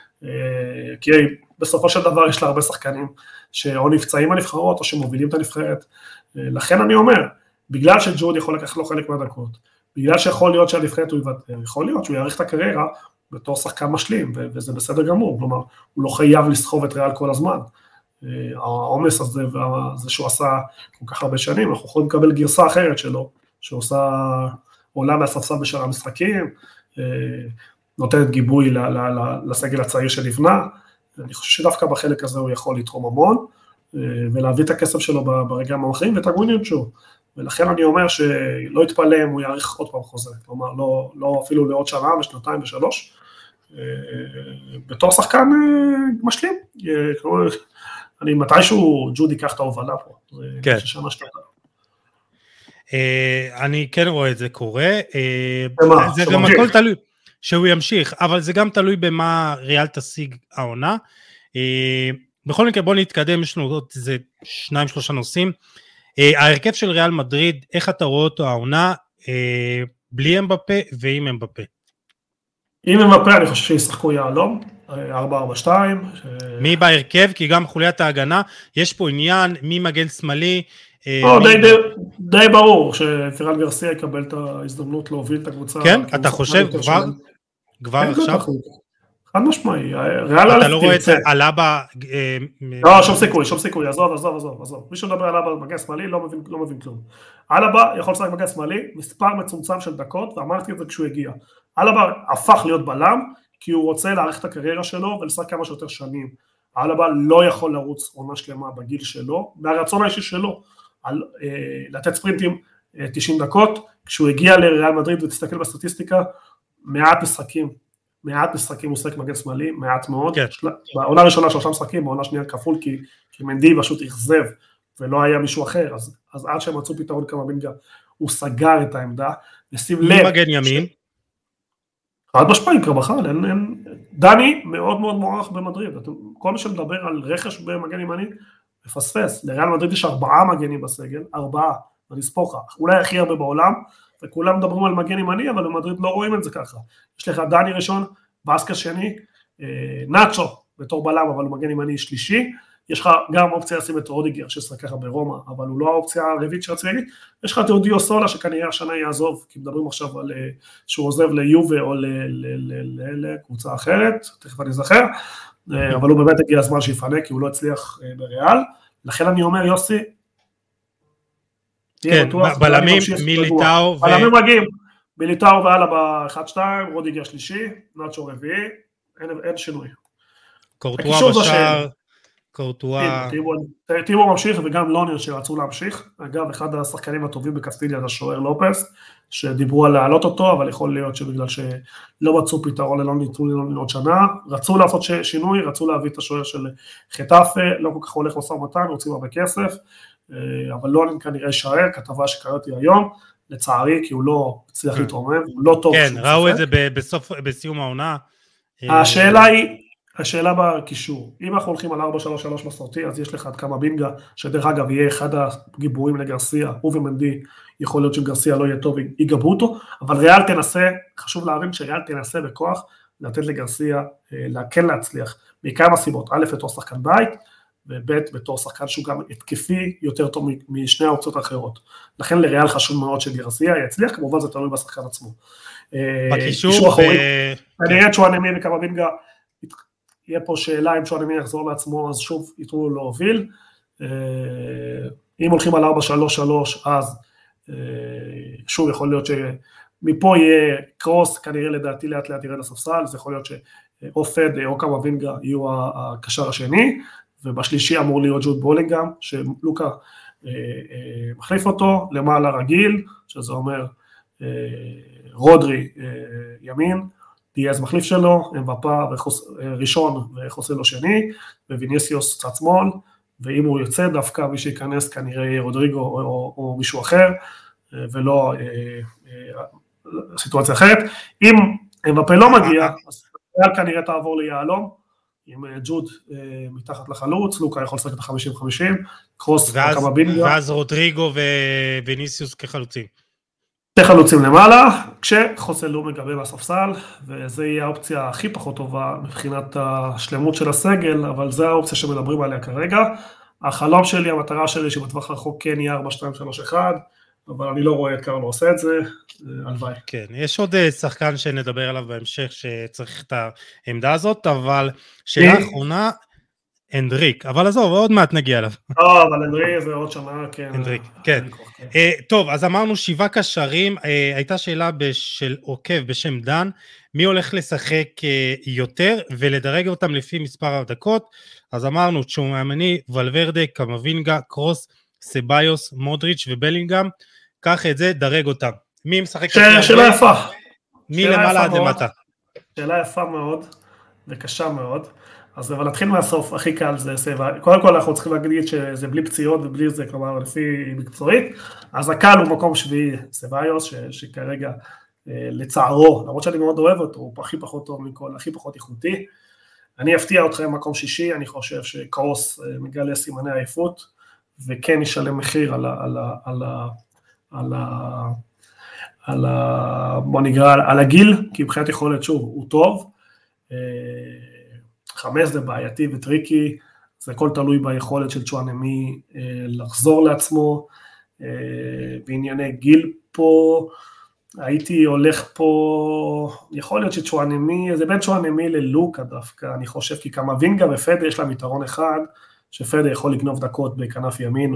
כי בסופו של דבר יש לה הרבה שחקנים, שאו נפצעים הנבחרות, או שמובילים את הנבחרת. לכן אני אומר, בגלל שג'וד יכול לקחת לו חלק מהדקות, בגלל שיכול להיות שהנבחרת הוא יוותר, יכול להיות שהוא יאריך את הקריירה בתור שחקן משלים, וזה בסדר גמור, כלומר, הוא לא חייב לסחוב את ריאל כל הזמן. העומס הזה, וזה שהוא עשה כל כך הרבה שנים, אנחנו יכולים לקבל גרסה אחרת שלו, שעושה עולה מהספסל בשאר המשחקים, נותנת גיבוי לסגל הצעיר שנבנה, אני חושב שדווקא בחלק הזה הוא יכול לתרום המון, ולהביא את הכסף שלו ברגעים המאחרים, ואת הגוויניות שלו. ולכן אני אומר שלא יתפלא אם הוא יאריך עוד פעם חוזה, כלומר לא אפילו לעוד שנה ושנתיים ושלוש, בתור שחקן משלים, אני מתישהו ג'וד ייקח את ההובלה פה, כן. ששנה שנתיים. אני כן רואה את זה קורה, זה גם הכל תלוי, שהוא ימשיך, אבל זה גם תלוי במה ריאל תשיג העונה, בכל מקרה בוא נתקדם, יש לנו עוד איזה 2-3 נושאים, ההרכב של ריאל מדריד, איך אתה רואה אותו העונה, בלי אמבפה ועם אמבפה? עם אמבפה אני חושב שישחקו יעלום, 4-4-2. מי בהרכב? כי גם חוליית ההגנה, יש פה עניין, מי מגן שמאלי? די ברור שפירן גרסיה יקבל את ההזדמנות להוביל את הקבוצה. כן? אתה חושב כבר עכשיו? חד משמעי, אתה לא רואה את אלאבה? לא, שום סיכוי, עזוב. מי שמדבר על אלאבה מגן שמאלי לא מבין כלום. אלאבה יכול לשחק מגן שמאלי, מספר מצומצם של דקות, ואמרתי את זה כשהוא הגיע. אלאבה הפך להיות בלם, כי הוא רוצה להאריך את הקריירה שלו ולשחק כמה שיותר שנים. אלאבה לא יכול לרוץ עונה שלמה בגיל שלו, מהרצון האישי שלו, לתת ספרינטים 90 דקות, כשהוא הגיע לריאל מדריד ותסתכל בסטטיסטיקה, מעט משחקים הוא שחק מגן שמאלי, מעט מאוד, בעונה הראשונה 3 משחקים, בעונה שנייה כפול, כי מנדי פשוט אכזב, ולא היה מישהו אחר, אז עד שהם מצאו פתרון קמבינגה, הוא סגר את העמדה, ושים לב, מגן ימין? חד משמעית, קרבחל, דני מאוד מאוד מוערך במדריד, כל מי שמדבר על רכש במגן ימני, מפספס, לריאל מדריד יש 4 מגנים בסגל, 4, אני אספור לך, אולי הכי הרבה בעולם, וכולם מדברים על מגן ימני, אבל במדריד לא רואים את זה ככה. יש לך דני ראשון, בסקה שני, נאצ'ו בתור בלם, אבל הוא מגן ימני שלישי, יש לך גם אופציה לשים את רודיגר, ששחק ככה ברומא, אבל הוא לא האופציה הרביעית שרציתי להגיד, יש לך את אודיו סולה, שכנראה השנה יעזוב, כי מדברים עכשיו על שהוא עוזב ליובה, או לקבוצה אחרת, תכף אני זכר, אבל הוא באמת הגיע הזמן שיפנה, כי הוא לא הצליח בריאל, לכן אני אומר, יוסי, כן, בלמים, מיליטאו בלמים מגיעים, מיליטאו ועלה ב-1-2, רודיגר שלישי, נאצ'ו רביעי, אין שינוי. קורטואה... טיבו ממשיך וגם לונר שרצו להמשיך. אגב, אחד השחקנים הטובים בקסטיליה זה שוער לופס, שדיברו על להעלות אותו, אבל יכול להיות שבגלל שלא מצאו פתרון ללונר עוד שנה, רצו לעשות שינוי, רצו להביא את השוער של חטאפה, לא כל כך הולך משא ומתן, רוצים הרבה כסף, אבל לונר כנראה יישאר, כתבה שקראתי היום, לצערי, כי הוא לא הצליח להתרומם, הוא לא טוב. כן, ראו את זה בסיום העונה. השאלה בקישור, אם אנחנו הולכים על 4-3-3 מסורתי, אז יש לך עד כמה בינגה, שדרך אגב יהיה אחד הגיבורים לגרסיה, הוא ומנדי, יכול להיות שגרסיה לא יהיה טוב, ייגבו אותו, אבל ריאל תנסה, חשוב להבין שריאל תנסה בכוח, לתת לגרסיה, להקל להצליח, מכמה סיבות, א', בתור שחקן בית, וב', בתור שחקן שהוא גם התקפי יותר טוב משני האופציות האחרות, לכן לריאל חשוב מאוד שגרסיה יצליח, כמובן זה תלוי בשחקן עצמו. בקישור, אני אראה צ'ואנמי וכמה בינגה, יהיה פה שאלה אם צ'ואנמי יחזור לעצמו, אז שוב יתנו לו להוביל. אם הולכים על 4-3-3, אז שוב יכול להיות שמפה יהיה קרוס, כנראה לדעתי לאט לאט ירד לספסל, זה יכול להיות שאו פד או קמבינגה יהיו הקשר השני, ובשלישי אמור להיות ג'וד בולינגהאם, שלוקה מחליף אותו, למעלה רגיל, שזה אומר רודרי ימין, דיאז מחליף שלו, אמבפה ראשון וחוסלו שני, וויניסיוס צד שמאל, ואם הוא יוצא דווקא מי שיכנס כנראה רודריגו או מישהו אחר, ולא סיטואציה אחרת. אם אמבפה לא מגיע, אז כנראה תעבור ליעלום, עם ג'וד מתחת לחלוץ, לוקה יכול לשחק את ה-50-50, קרוס וכמה בינגה. ואז רודריגו וויניסיוס כחלוצים. שתי חלוצים למעלה, כשחוסלו מגבה בספסל, וזה יהיה האופציה הכי פחות טובה מבחינת השלמות של הסגל, אבל זה האופציה שמדברים עליה כרגע. החלום שלי, המטרה שלי, שבטווח רחוק כן יהיה 4-2-3-1, אבל אני לא רואה את קרלו עושה את זה, הלוואי. כן, יש עוד שחקן שנדבר עליו בהמשך, שצריך את העמדה הזאת, אבל שאלה אחרונה, אנדריק, אבל עזוב, עוד מעט נגיע אליו. לא, אבל אנדריק זה עוד שנה, כן. אנדריק, כן. טוב, אז אמרנו 7 קשרים, הייתה שאלה של עוקב בשם דן, מי הולך לשחק יותר, ולדרג אותם לפי מספר הדקות, אז אמרנו צ'ואמני, ולוורדה, קמבינגה, קרוס, סביוס, מודריץ' ובלינגהאם, קח את זה, דרג אותם. מי משחק? שאלה יפה. מי למעלה עד למטה? שאלה יפה מאוד, וקשה מאוד. אז אבל נתחיל מהסוף, הכי קל זה סבא, קודם כל אנחנו צריכים להגיד שזה בלי פציעות ובלי זה, כלומר לפי מקצועית, אז הקל הוא מקום שביעי סביוס, שכרגע לצערו, למרות שאני מאוד אוהב אותו, הוא הכי פחות טוב מכל, הכי פחות איכותי, אני אפתיע אתכם מקום שישי, אני חושב שקרוס מגלה סימני עייפות, וכן ישלם מחיר בוא נגרע, על הגיל, כי מבחינת יכולת שוב, הוא טוב, 5 זה בעייתי וטריקי, זה הכל תלוי ביכולת של צ'ואנמי לחזור לעצמו, בענייני גיל פה, הייתי הולך פה, יכול להיות שצ'ואנמי, זה בין צ'ואנמי ללוקה דווקא, אני חושב, כי קמבינגה ופדה יש להם יתרון אחד, שפדה יכול לגנוב דקות בכנף ימין,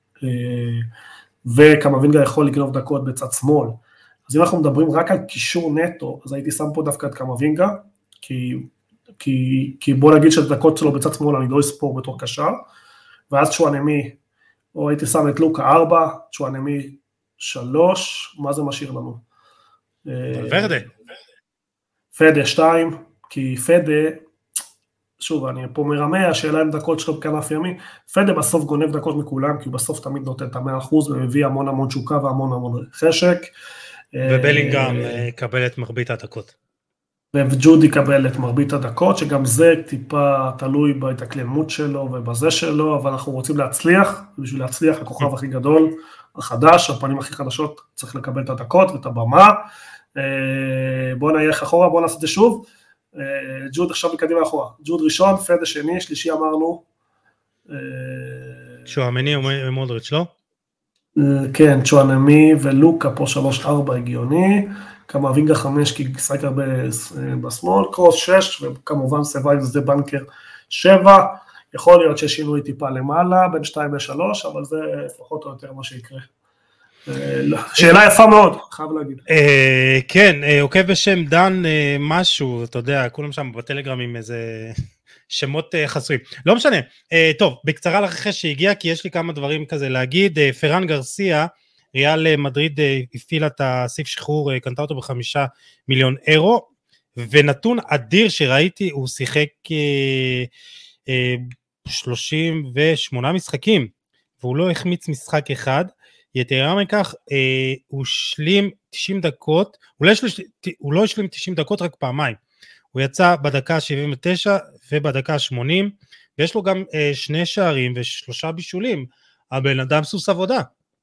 וקמבינגה יכול לגנוב דקות בצד שמאל, אז אם אנחנו מדברים רק על קישור נטו, אז הייתי שם פה דווקא את קמבינגה, כי בוא נגיד שהדקות שלו בצד שמאל אני לא אספור בתור קשר, ואז צ'ואנמי, או הייתי שם את לוקה 4, צ'ואנמי 3, מה זה משאיר לנו? ורדה. פדה 2, כי פדה, שוב אני פה מרמה, השאלה עם דקות שלו בכנף ימין, פדה בסוף גונב דקות מכולם, כי הוא בסוף תמיד נותן את 100%, ומביא המון תשוקה והמון חשק. ובלינגהאם קבל את מרבית הדקות. וג'וד יקבל את מרבית הדקות, שגם זה טיפה תלוי בהתאקלמות שלו ובזה שלו, אבל אנחנו רוצים להצליח, בשביל להצליח הכוכב הכי גדול, החדש, הפנים הכי חדשות, צריך לקבל את הדקות ואת הבמה. בואו נלך אחורה, בואו נעשה את זה שוב. ג'וד עכשיו מקדימה אחורה. ג'וד ראשון, פדה שני, שלישי אמרנו. צ'ואמני ומודריץ', לא? כן, צ'ואנמי ולוקה פה 3-4 הגיוני. קמבינגה 5 כי שחק הרבה בשמאל, קרוס 6, וכמובן סביוס זה בנקר 7, יכול להיות ששינוי טיפה למעלה, בין 2 ל-3, אבל זה פחות או יותר מה שיקרה. שאלה יפה מאוד, חייב להגיד. כן, עוקב בשם דן משהו, אתה יודע, כולם שם בטלגרם עם איזה שמות חסויים. לא משנה, טוב, בקצרה לרכש שהגיע, כי יש לי כמה דברים כזה להגיד. פרן גרסיה, ריאל מדריד הפעילה את הסעיף שחרור, קנתה אותו ב5 מיליון אירו, ונתון אדיר שראיתי, הוא שיחק 38 משחקים, והוא לא החמיץ משחק אחד. יתרה מכך, הוא השלים 90 דקות, הוא לא השלים 90 דקות רק פעמיים, הוא יצא בדקה 79 ובדקה 80, ויש לו גם 2 שערים ו3 בישולים, הבן אדם סוס עבודה.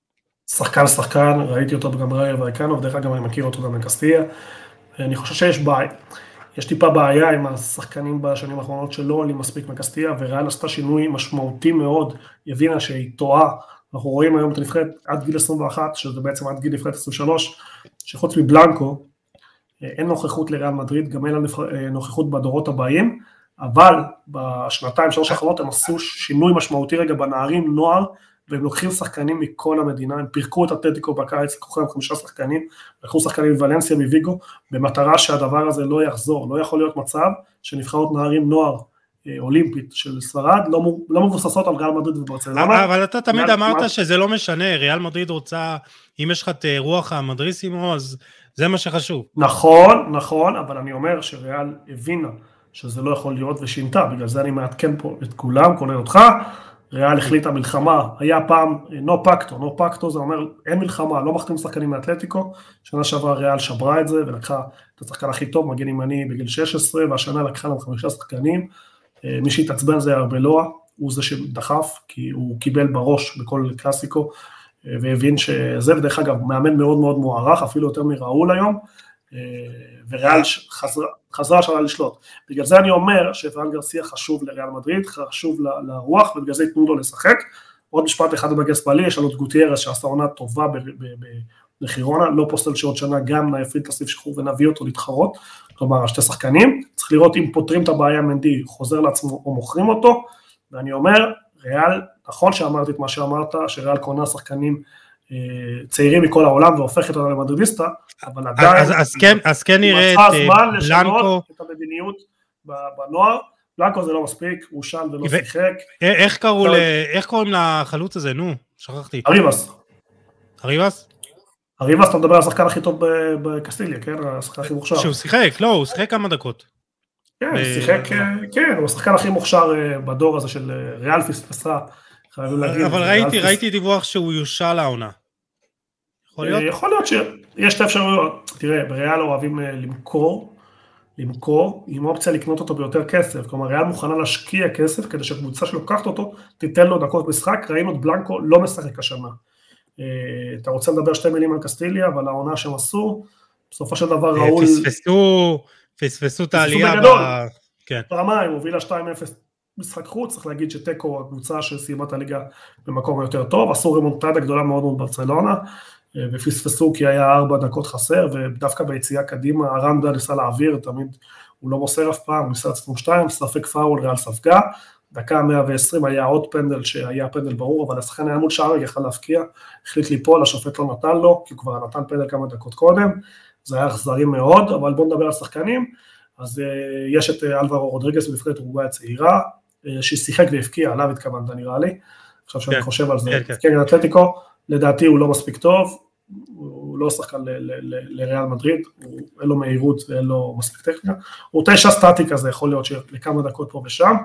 שחקן, ראיתי אותו גם ראי וייקנוב, דרך אגב אני מכיר אותו גם מקסטיה, אני חושב שיש בעיה, יש טיפה בעיה עם השחקנים בשנים האחרונות שלא עולים מספיק מקסטיה, וריאל עשתה שינוי משמעותי מאוד, הבינה שהיא טועה, אנחנו רואים היום את הנבחרת עד גיל 21, שזה בעצם עד גיל נבחרת 23, שחוץ מבלנקו, אין נוכחות לריאל מדריד, גם אין נוכחות בדורות הבאים, אבל בשנתיים, 3 האחרונות הם עשו שינוי משמעותי רגע בנערים, נוער, והם לוקחים שחקנים מכל המדינה, הם פירקו את אתלטיקו בקיץ, לקחו להם 5 שחקנים, לקחו שחקנים מוולנסיה מוויגו, במטרה שהדבר הזה לא יחזור, לא יכול להיות מצב שנבחרות נערים נוער אולימפית של ספרד, לא מבוססות על ריאל מדריד וברצלונה. אבל אתה תמיד אמרת שזה לא משנה, ריאל מדריד רוצה, אם יש לך את רוח המדריסימו, אז זה מה שחשוב. נכון, אבל אני אומר שריאל הבינה שזה לא יכול להיות ושינתה, בגלל זה אני מעדכן פה את כולם, כולל אותך, ריאל החליטה מלחמה, היה פעם נו פקטו זה אומר אין מלחמה, לא מחתים שחקנים מאתלטיקו, שנה שעברה ריאל שברה את זה ולקחה את השחקן הכי טוב, מגן ימני בגיל 16, והשנה לקחה להם 5 שחקנים, מי שהתעצבן זה ארבלואה, הוא זה שדחף, כי הוא קיבל בראש בכל קלאסיקו, והבין שזה, ודרך אגב, מאמן מאוד מאוד מוערך, אפילו יותר מראול היום, וריאל חזרה שלה לשלוט. בגלל זה אני אומר שפרן גרסיה חשוב לריאל מדריד, חשוב לרוח, ובגלל זה ייתנו לו לשחק. עוד משפט אחד בגס פעלי, יש לנו את גוטיירס שעשה עונה טובה בחירונה, לא פוסטל שעוד שנה גם נפעיל את הסעיף שחרור ונביא אותו להתחרות, כלומר 2 שחקנים, צריך לראות אם פותרים את הבעיה מנדי, חוזר לעצמו או מוכרים אותו, ואני אומר, ריאל, נכון שאמרתי את מה שאמרת, שריאל קונה שחקנים צעירים מכל העולם והופכת אותה למדרידיסטה, אבל עדיין אז כן נראה את בלנקו, את המדיניות בנוער, בלנקו זה לא מספיק, הוא שם ולא שיחק. איך קוראים לחלוץ הזה? נו, שכחתי. אריבס, אתה מדבר על השחקן הכי טוב בקסטיליה, כן? השחקן הכי מוכשר. שהוא שיחק, לא, הוא שיחק כמה דקות. כן, הוא השחקן הכי מוכשר בדור הזה של ריאל פספסה. אבל ראיתי דיווח שהוא יושל העונה. יכול להיות שיש את האפשרויות. תראה, בריאל אוהבים למכור עם אופציה לקנות אותו ביותר כסף. כלומר, ריאל מוכנה להשקיע כסף כדי שהקבוצה שלוקחת אותו תיתן לו דקות משחק. ראינו את בלנקו לא משחק השנה. אתה רוצה לדבר 2 מילים על קסטיליה, אבל העונה שהם עשו, בסופו של דבר ראול... פספסו את העלייה. ברמה, הם הובילה 2-0 משחק חוץ, צריך להגיד שטקו הקבוצה שסיימה את הליגה במקום יותר טוב, עשו רמונטדה גדולה מאוד מאוד ברצלונה, ופספסו כי היה 4 דקות חסר, ודווקא ביציאה קדימה, הרמדה ניסה להעביר, תמיד הוא לא מוסר אף פעם, הוא ניסה לצפום 2, ספק פאול, ריאל ספגה, דקה 120 היה עוד פנדל שהיה פנדל ברור, אבל השחקן היה מול שער, יכל להפקיע, החליט ליפול, השופט לא נתן לו, כי הוא כבר נתן פנדל כמה דקות קודם, זה היה אכזרי מאוד, אבל בואו נדבר על שחקנים, אז יש את אלברו רודריגס בנבחרת אורוגוואי הצעירה, ששיחק והפקיע, עליו התכוונת נראה לי, עכשיו שאני חושב על זה, כן, אתלטיקו, לדעתי הוא לא מספיק טוב, הוא לא שחקן לריאל מדריד, אין לו מהירות ואין לו מספיק טכניקה, הוא 9 סטטי כזה, יכול להיות שלכמה דקות פה ושם,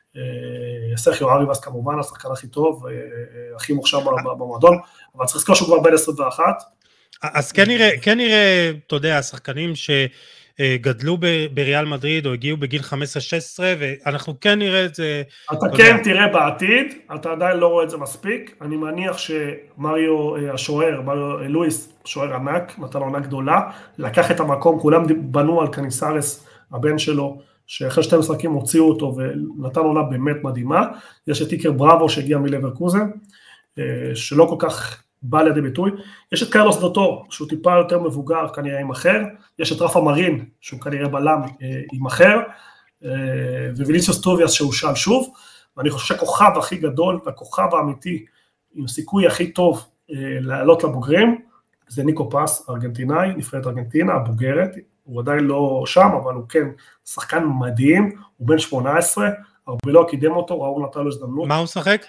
סרחיו אריבס כמובן, השחקן הכי טוב, הכי מוכשר במועדון, אבל צריך לזכור שהוא כבר בין 21. אז כן נראה, אתה יודע, השחקנים שגדלו בריאל מדריד, או הגיעו בגיל 15-16, ואנחנו כן נראה את זה. אתה כן תראה בעתיד, אתה עדיין לא רואה את זה מספיק, אני מניח שמריו השוער, לואיס, שוער ענק, נתן עונה גדולה, לקח את המקום, כולם בנו על קניסרס, הבן שלו, שאחרי 2 משחקים הוציאו אותו, ונתן עונה באמת מדהימה, יש את איקר בראבו שהגיע מלברקוזן, שלא כל כך בא לידי ביטוי, יש את קרלוס דוטור, שהוא טיפה יותר מבוגר, כנראה עם אחר, יש את רפה מרין, שהוא כנראה בלם עם אחר, וויניסיוס טוביאס שהוא שאל שוב, ואני חושב שהכוכב הכי גדול, והכוכב האמיתי, עם סיכוי הכי טוב לעלות לבוגרים, זה ניקו פס, ארגנטינאי, נבחרת ארגנטינה, הבוגרת, הוא עדיין לא שם, אבל הוא כן שחקן מדהים, הוא בן 18, ארבילו קידם אותו, ראול נתן לו הזדמנות. מה הוא משחק?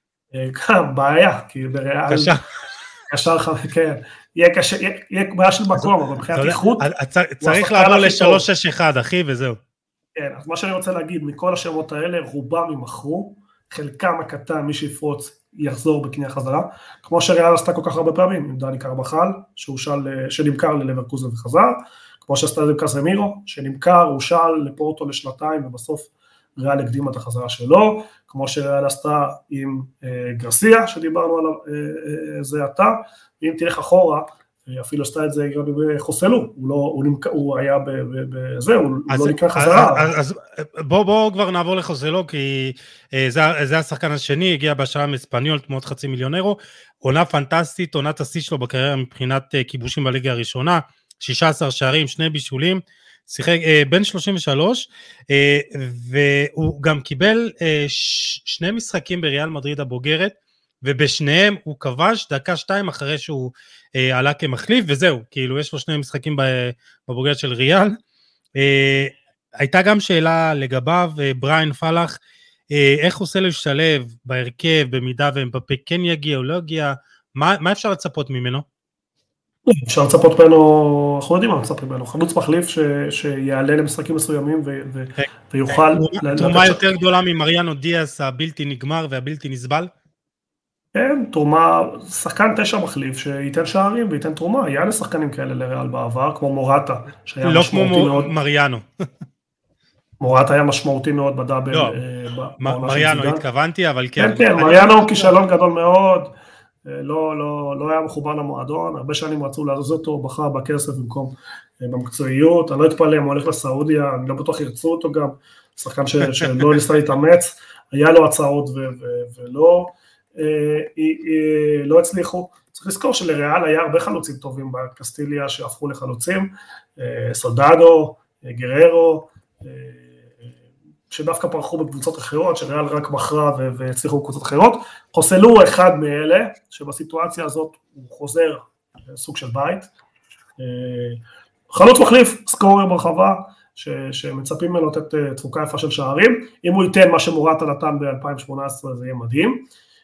בעיה, כי בריאל... קשה. קשר, כן, יהיה בעיה של מקום, אבל מבחינת איכות... צריך לעבור ל-3-6-1, אחי, וזהו. כן, אז מה שאני רוצה להגיד, מכל השמות האלה, רובם ימכרו, חלקם הקטן, מי שיפרוץ, יחזור בקנייה חזרה, כמו שריאל עשתה כל כך הרבה פעמים, עם דני קרבחל, שנמכר ללברקוזן וחזר, כמו שעשתה עם קזמירו, שנמכר, הושל לפורטו לשנתיים, ובסוף ריאל הקדימה את החזרה שלו, כמו שריאל עשתה עם גרסיה, שדיברנו עליו זה עתה, ואם תלך אחורה, אפילו עשתה את זה גם בחוסלו, הוא היה בזה, הוא לא נקרא חזרה. אז בואו כבר נעבור לחוסלו, כי זה השחקן השני, הגיע בהשאלה מספניול, תמורת 500,000 אירו, עונה פנטסטית, עונת השיא שלו בקריירה מבחינת כיבושים בליגה הראשונה, 16 שערים, 2 בישולים, שיחק בן 33, והוא גם קיבל 2 משחקים בריאל מדריד הבוגרת, ובשניהם הוא כבש דקה 2 אחרי שהוא עלה כמחליף, וזהו, כאילו יש לו 2 משחקים בבוגרת של ריאל. הייתה גם שאלה לגביו, בריין פלח, איך עושה להשתלב בהרכב, במידה ואמבפה כן יגיע או לא יגיע, מה אפשר לצפות ממנו? אפשר לצפות ממנו, אנחנו יודעים מה לצפות ממנו, חלוץ מחליף שיעלה למשחקים מסוימים ויוכל... תרומה יותר גדולה ממריאנו דיאס, הבלתי נגמר והבלתי נסבל? כן, תרומה, שחקן 9 מחליף שייתן שערים וייתן תרומה, היה לשחקנים כאלה לריאל בעבר, כמו מורטה, שהיה לא משמעותי מאוד. לא כמו מריאנו. מורטה היה משמעותי מאוד בדאבל. לא, מריאנו התכוונתי, אבל כן. כן, מריאנו הוא כישלון גדול מאוד, לא היה מחובר למועדון, הרבה שנים רצו לעזוז אותו, בחר בכסף במקום במקצועיות, אני לא אתפלא, הוא הולך לסעודיה, אני לא בטוח ירצו אותו גם, שחקן שלא ניסה להתאמץ, היה לו הצעות ולא לא הצליחו. צריך לזכור שלריאל היה הרבה חלוצים טובים בקסטיליה שהפכו לחלוצים, סולדדו, גררו, שדווקא פרחו בקבוצות אחרות, שריאל רק בחרה והצליחו בקבוצות אחרות. חוסלו אחד מאלה, שבסיטואציה הזאת הוא חוזר סוג של בית. חלוץ מחליף, סקורר ברחבה, שמצפים ממנו לתת תפוקה יפה של שערים. אם הוא ייתן מה שמורטה נתן ב-2018, זה יהיה מדהים.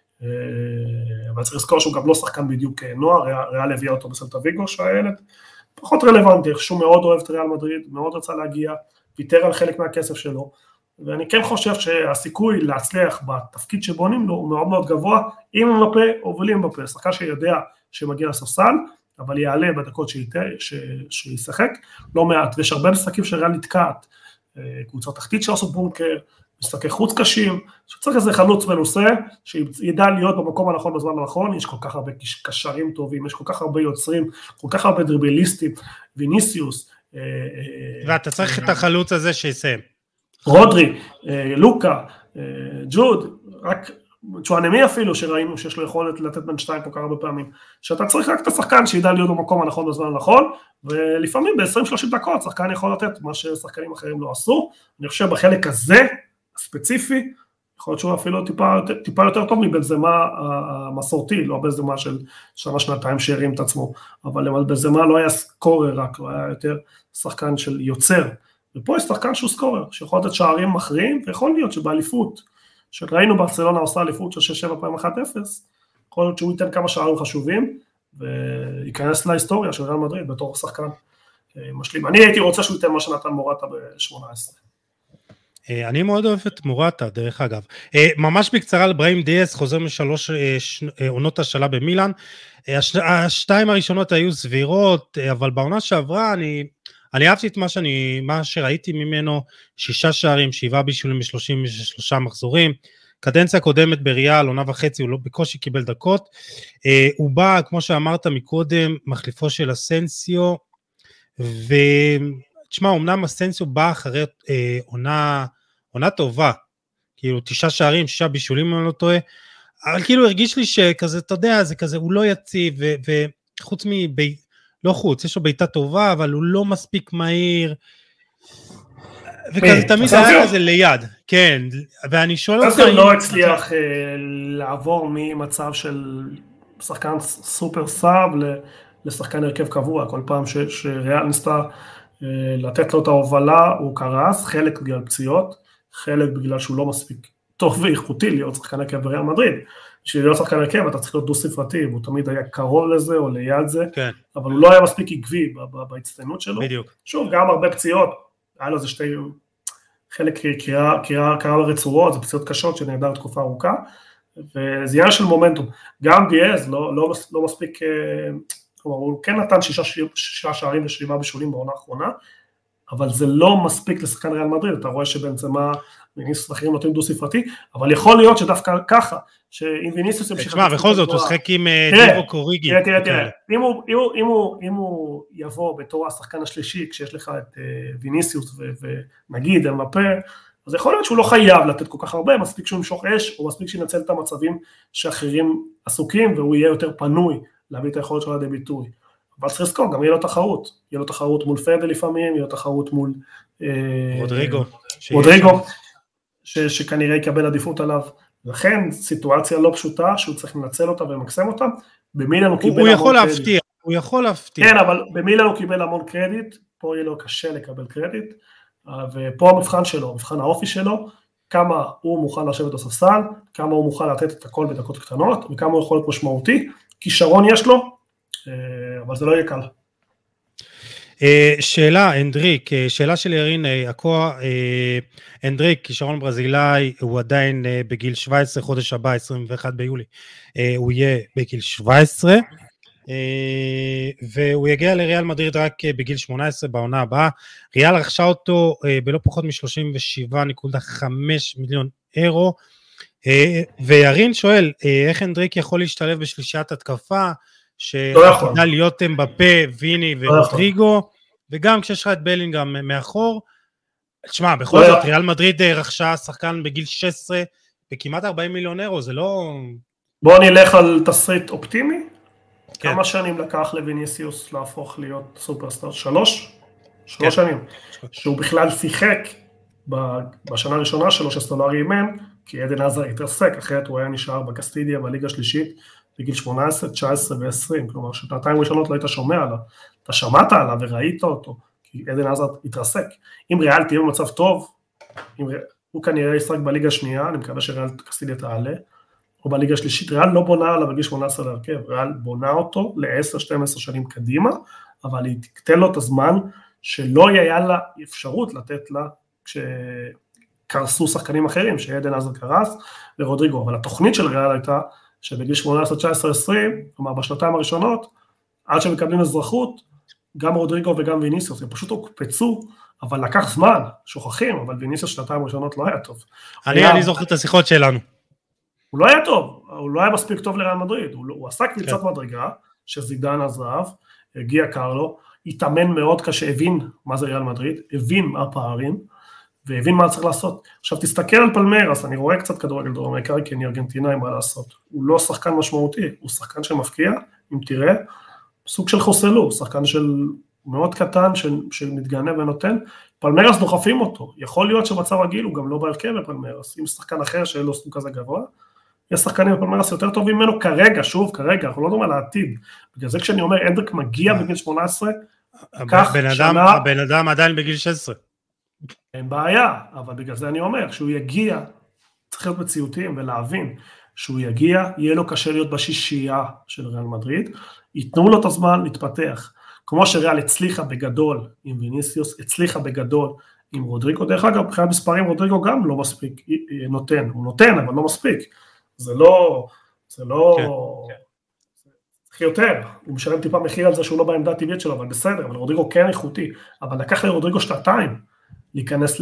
אבל צריך לזכור שהוא גם לא שחקן בדיוק נוער, ריאל הביאה אותו בסלטה ויגו שהילד פחות רלוונטי, שהוא מאוד אוהב את ריאל מדריד, מאוד רצה להגיע, ויתר על חלק מהכסף שלו, ואני כן חושב שהסיכוי להצליח בתפקיד שבונים לו הוא מאוד מאוד גבוה, אם אמבפה או בלי אמבפה, שחקן שיודע שמגיע לספסל, אבל יעלה בדקות שישחק, לא מעט, ויש הרבה משחקים שריאל נתקעת, קבוצה תחתית שעושות בונקר, משחקי חוץ קשים, שצריך איזה חלוץ מנוסה, שידע להיות במקום הנכון בזמן הנכון, יש כל כך הרבה קשרים טובים, יש כל כך הרבה יוצרים, כל כך הרבה דריבליסטים, ויניסיוס. ואתה צריך את החלוץ הזה שיסיים. רודרי, לוקה, ג'וד, רק צ'ואנמי אפילו, שראינו שיש לו יכולת לתת בין 2 פה כמה הרבה פעמים, שאתה צריך רק את השחקן שידע להיות במקום הנכון בזמן הנכון, ולפעמים ב-20-30 דקות שחקן יכול לתת מה ששחקנים אחרים לא עשו. אני חושב בחלק הזה, הספציפי, יכול להיות שהוא אפילו טיפה יותר טוב מבנזמה המסורתי, לא בנזמה של שנה-שנתיים שהרים את עצמו, אבל בנזמה לא היה סקורר רק, הוא היה יותר שחקן של יוצר, ופה יש שחקן שהוא סקורר, שיכול לתת שערים מכריעים, ויכול להיות שבאליפות, שראינו ברצלונה עושה אליפות של 6-7 פעמים 1-0, יכול להיות שהוא ייתן כמה שערים חשובים, וייכנס להיסטוריה של ריאל מדריד בתור שחקן משלים. אני הייתי רוצה שהוא ייתן מה שנתן מורטה ב-18. אני מאוד אוהב את מורטה, דרך אגב. ממש בקצרה על בראים דיאס, חוזר מ3 עונות השאלה במילאן. 2 הראשונות היו סבירות, אבל בעונה שעברה אני אהבתי את מה שראיתי ממנו, 6 שערים, 7 בישולים ב-33 מחזורים, קדנציה קודמת בריאל, עונה וחצי, הוא לא בקושי קיבל דקות, הוא בא, כמו שאמרת מקודם, מחליפו של אסנסיו, ותשמע, אמנם אסנסיו בא אחרי עונה טובה, כאילו 9 שערים, 6 בישולים, אני לא טועה, אבל כאילו הרגיש לי שכזה, אתה יודע, זה כזה, הוא לא יציב, וחוץ לא חוץ, יש לו ביתה טובה, אבל הוא לא מספיק מהיר, וכזה תמיד היה כזה ליד, כן, ואני שואל אותך... הוא לא הצליח לעבור ממצב של שחקן סופר סאב לשחקן הרכב קבוע, כל פעם שריאל ניסתה לתת לו את ההובלה, הוא קרס, חלק בגלל פציעות, חלק בגלל שהוא לא מספיק טוב ואיכותי להיות שחקן הרכב בריאל מדריד, בשביל להיות שחקן הרכב אתה צריך להיות דו ספרתי, והוא תמיד היה קרוב לזה או ליד זה, כן. אבל הוא לא היה מספיק עקבי בהצטיינות שלו, בדיוק. שוב, גם הרבה פציעות, היה לו זה חלק קראה לרצועות, זה פציעות קשות שנהדר תקופה ארוכה, וזה עניין של מומנטום, גם דיאז לא מספיק, כלומר הוא כן נתן 6 שערים ו7 בישולים בעונה האחרונה, אבל זה לא מספיק לשחקן ריאל מדריד, אתה רואה שבנצמה ויניסיוס אחרים נותנים דו ספרתי, אבל יכול להיות שדווקא ככה, שאם ויניסיוס ימשיך... תשמע, בכל זאת, הוא שחק עם דיבו קוריגי. תראה, אם הוא יבוא בתור השחקן השלישי, כשיש לך את ויניסיוס ונגיד אמבפה, אז יכול להיות שהוא לא חייב לתת כל כך הרבה, מספיק שהוא ימשוך אש, או מספיק שינצל את המצבים שאחרים עסוקים, והוא יהיה יותר פנוי להביא את היכולת שלו לידי ביטוי. אבל צריך לזכור, גם יהיה לו תחרות מול פדל לפעמים, יהיה לו תחרות מול רודריגו, שכנראה יקבל עדיפות עליו, לכן סיטואציה לא פשוטה, שהוא צריך לנצל אותה ומקסם אותה, במילאן הוא קיבל המון קרדיט. הוא יכול להפתיע. כן, אבל במילאן הוא קיבל המון קרדיט, פה יהיה לו קשה לקבל קרדיט, ופה המבחן שלו, המבחן האופי שלו, כמה הוא מוכן לשבת בספסל, כמה הוא מוכן לתת את הכל בדקות קטנות, וכמה הוא יכול להיות משמעותי, כישרון יש לו, אבל זה לא יהיה קל. שאלה, אנדריק, שאלה של ירין אקוע, אנדריק, כישרון ברזילאי, הוא עדיין בגיל 17, חודש הבא, 21 ביולי, הוא יהיה בגיל 17, והוא יגיע לריאל מדריד רק בגיל 18 בעונה הבאה, ריאל רכשה אותו בלא פחות מ-37.5 מיליון אירו, וירין שואל, איך אנדריק יכול להשתלב בשלישיית התקפה, שיכולה להיות אמבפה, ויני ורודריגו, וגם כשיש לך את בלינגהאם מאחור, תשמע, בכל זאת, ריאל מדריד רכשה שחקן בגיל 16, בכמעט 40 מיליון אירו, זה לא... בואו נלך על תסריט אופטימי, כמה שנים לקח לויניסיוס להפוך להיות סופרסטאר? 3 שנים, שהוא בכלל שיחק בשנה הראשונה שלו, שסטולרי אימן, כי עדן עזר התרסק, אחרת הוא היה נשאר בקסטידיה בליגה השלישית, בגיל 18, 19 ו-20, כלומר שנתיים ראשונות לא היית שומע עליו, אתה שמעת עליו וראית אותו, כי עדן עזר התרסק. אם ריאל תהיה במצב טוב, הוא כנראה ישחק בליגה השנייה, אני מקווה שריאל קסטידיה תעלה, או בליגה השלישית, ריאל לא בונה עליו בגיל 18 להרכב, ריאל בונה אותו ל-10-12 שנים קדימה, אבל היא תקטן לו את הזמן שלא היה לה אפשרות לתת לה, כשקרסו שחקנים אחרים, שעדן עזר קרס ורודריגו, אבל התוכנית של ריאל הייתה, שבגיל 18, 19, 20, כלומר בשנתיים הראשונות, עד שמקבלים אזרחות, גם רודריגו וגם ויניסיוס, הם פשוט הוקפצו, אבל לקח זמן, שוכחים, אבל ויניסיוס שנתיים ראשונות לא היה טוב. אני זוכר את השיחות שלנו. הוא לא היה טוב, הוא לא היה מספיק טוב לריאל מדריד, הוא עשה קפיצת מדרגה, שזידן עזב, הגיע קרלו, התאמן מאוד קשה, הבין מה זה ריאל מדריד, הבין מה הפערים, והבין מה צריך לעשות. עכשיו תסתכל על פלמיירס, אני רואה קצת כדורגל דרום אמריקאי, כי אני ארגנטינאי, מה לעשות. הוא לא שחקן משמעותי, הוא שחקן שמפקיע, אם תראה, סוג של חוסלו, שחקן של מאוד קטן, שמתגנה ונותן, פלמיירס דוחפים אותו, יכול להיות שמצב רגיל הוא גם לא בהרכב בפלמיירס, אם שחקן אחר שאין לו סוג כזה גבוה, יש שחקנים בפלמיירס יותר טובים ממנו כרגע, שוב, כרגע, אנחנו לא מדברים על העתיד, בגלל זה כשאני אומר, אנדריק מגיע בגיל 18, הבן אדם עדיין בגיל 16. אין בעיה, אבל בגלל זה אני אומר, כשהוא יגיע, צריך להיות מציאותיים ולהבין, שהוא יגיע, יהיה לו קשה להיות בשישייה של ריאל מדריד, ייתנו לו את הזמן להתפתח, כמו שריאל הצליחה בגדול עם ויניסיוס, הצליחה בגדול עם רודריגו, דרך אגב, מבחינת מספרים רודריגו גם לא מספיק נותן, הוא נותן, אבל לא מספיק, זה לא, צריך יותר, הוא משלם טיפה מחיר על זה שהוא לא בעמדה הטבעית שלו, אבל בסדר, אבל רודריגו כן איכותי, אבל לקח לרודריגו 2 להיכנס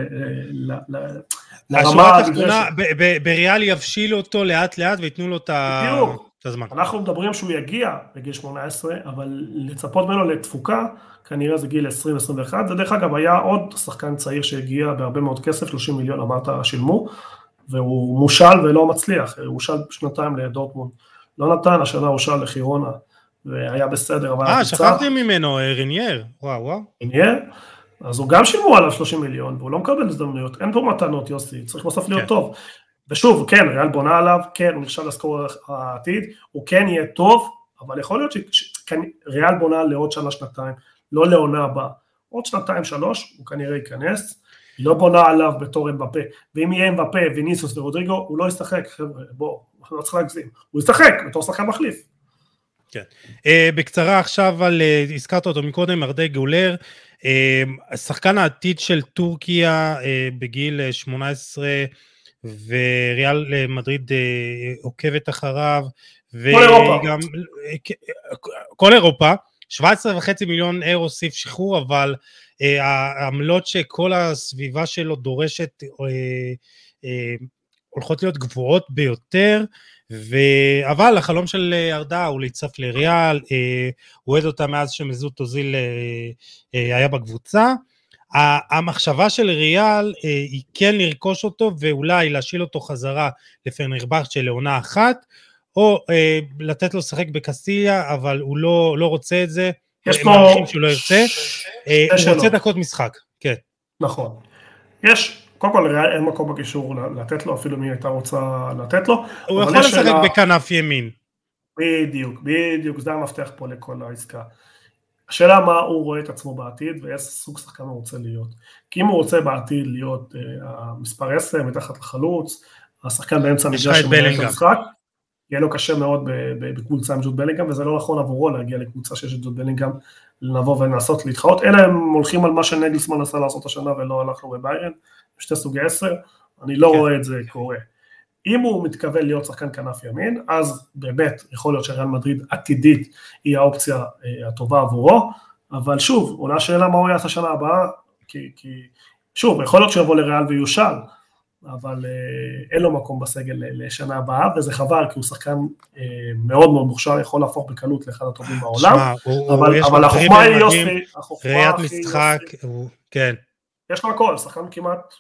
לרמה התחתונה, בריאל יבשילו אותו לאט לאט ויתנו לו את הזמן. אנחנו מדברים שהוא יגיע בגיל 18, אבל לצפות ממנו לתפוקה, כנראה זה גיל 20-21, זה דרך אגב היה עוד שחקן צעיר שהגיע בהרבה מאוד כסף, 30 מיליון אמרת שילמו, והוא מושל ולא מצליח, הוא מושל שנתיים לדורטמונד, לא נתן, השנה הושל לחירונה, והיה בסדר. שכחתי ממנו, רינייר, וואו. רינייר? אז הוא גם שילמו עליו 30 מיליון, והוא לא מקבל הזדמנויות, אין פה מתנות יוסי, צריך בסוף להיות טוב. ושוב, כן, ריאל בונה עליו, כן, הוא נחשב לזכור העתיד, הוא כן יהיה טוב, אבל יכול להיות שריאל בונה לעוד 3 שנתיים, לא לעונה הבאה, עוד 2-3, הוא כנראה ייכנס. היא לא בונה עליו בתור אמבפה, ואם יהיה אמבפה, ויניסיוס ורודריגו, הוא לא ישחק, חבר'ה, בוא, אנחנו לא צריכים להגזים, הוא ישחק בתור שחקן מחליף. כן. בקצרה עכשיו הזכרת אותו מקודם, ארדה גולר, שחקן העתיד של טורקיה בגיל 18, וריאל מדריד עוקבת אחריו, כל אירופה. כל אירופה, 17.5 מיליון אירו סעיף שחרור, אבל העמלות שכל הסביבה שלו דורשת הולכות להיות גבוהות ביותר, אבל החלום של ארדה הוא להצטרף לריאל, הוא אוהד אותה מאז שמזות אוזיל היה בקבוצה. המחשבה של ריאל היא כן לרכוש אותו, ואולי להשיל אותו חזרה לפנרבחצ'ה לעונה אחת, או לתת לו לשחק בקסטיליה, אבל הוא לא רוצה את זה, מעריכים שהוא לא ירצה, הוא רוצה דקות משחק, כן. נכון. קודם כל לריאל אין מקום בקישור לתת לו, אפילו מי הייתה רוצה לתת לו. הוא יכול לשחק בכנף ימין. בדיוק, זה המפתח פה לכל העסקה. השאלה מה הוא רואה את עצמו בעתיד, ואיזה סוג שחקן הוא רוצה להיות. כי אם הוא רוצה בעתיד להיות המספר 10, מתחת לחלוץ, השחקן באמצע מגרש שמנהל את המשחק, יהיה לו קשה מאוד בקבוצה עם ג'וד בלינגהאם, וזה לא נכון עבורו להגיע לקבוצה שיש את ג'וד בלינגהאם, לבוא ולנסות להתחרות, אלא הם הולכים על מה שנגלסמן עשה לעשות השנה, ולא הלך לו בביירן, שתי סוגי 10, אני לא רואה את זה קורה. אם הוא מתכוון להיות שחקן כנף ימין, אז באמת יכול להיות שריאל מדריד עתידית היא האופציה הטובה עבורו, אבל שוב, עולה שאלה מה הוא יעשה השנה הבאה, כי שוב, יכול להיות שיבוא לריאל ויושל, אבל אין לו מקום בסגל לשנה הבאה, וזה חבל, כי הוא שחקן מאוד מאוד מוכשר, יכול להפוך בקלות לאחד הטובים בעולם, אבל החוכמה היא יוסי, ראיית משחק, כן. יש לו הכל, שחקן כמעט,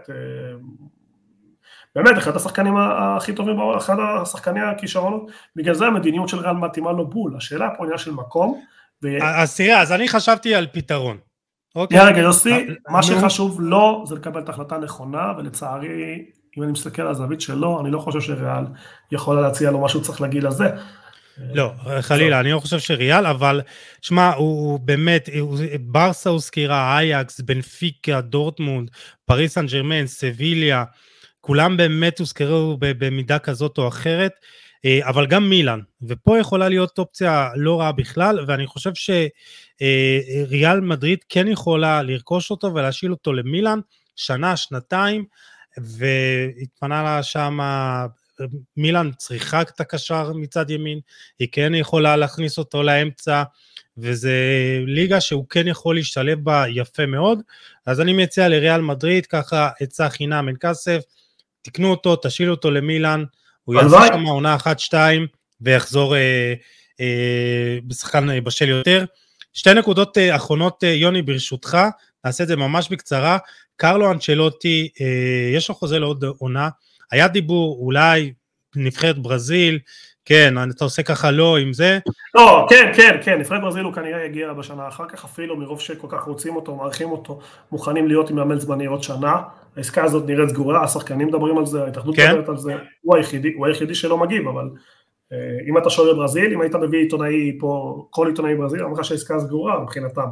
באמת, אחד השחקנים הכי טובים בעולם, אחד השחקני הכישרונות, בגלל זה המדיניות של ריאל מתאימה לו בול, השאלה פה עניין של מקום. אז תראה, אז אני חשבתי על פתרון. רגע, יוסי, מה שחשוב לו זה לקבל את ההחלטה נכונה, ולצערי, אם אני מסתכל על הזווית שלו, אני לא חושב שריאל יכולה להציע לו משהו צריך להגיד לזה. לא, חלילה, אני לא חושב שריאל, אבל, שמה, הוא באמת, ברסה הוזכירה, אייקס, בנפיקה, דורטמונד, פריס סן ז'רמן, סביליה, כולם באמת הוזכרו במידה כזאת או אחרת, אבל גם מילאן, ופה יכולה להיות אופציה לא רעה בכלל, ואני חושב שריאל מדריד כן יכולה לרכוש אותו ולהשיל אותו למילאן, שנה, שנתיים, והתפנה לה שם, מילאן צריכה את הקשר מצד ימין, היא כן יכולה להכניס אותו לאמצע, וזה ליגה שהוא כן יכול להשתלב בה יפה מאוד, אז אני מציע לריאל מדריד, ככה עצה חינם אין כסף, תקנו אותו, תשאילו אותו למילאן, הוא יעשה שם עונה 1-2, ויחזור בשחקן בשל יותר. שתי נקודות אחרונות, יוני, ברשותך, נעשה את זה ממש בקצרה, קרלו אנצ'לוטי, יש לו חוזה לעוד עונה, היה דיבור אולי נבחרת ברזיל, כן, אתה עושה ככה לא עם זה? לא, כן, נבחרת ברזיל הוא כנראה יגיע בשנה אחר כך, אפילו מרוב שכל כך רוצים אותו, מעריכים אותו, מוכנים להיות עם מאמן זמני עוד שנה, העסקה הזאת נראית סגורה, השחקנים מדברים על זה, ההתאחדות מדברת על זה, הוא היחידי שלא מגיב, אבל אם אתה שואל בברזיל, אם היית מביא עיתונאי פה, כל עיתונאי ברזיל, אני אומר לך שהעסקה סגורה מבחינתם,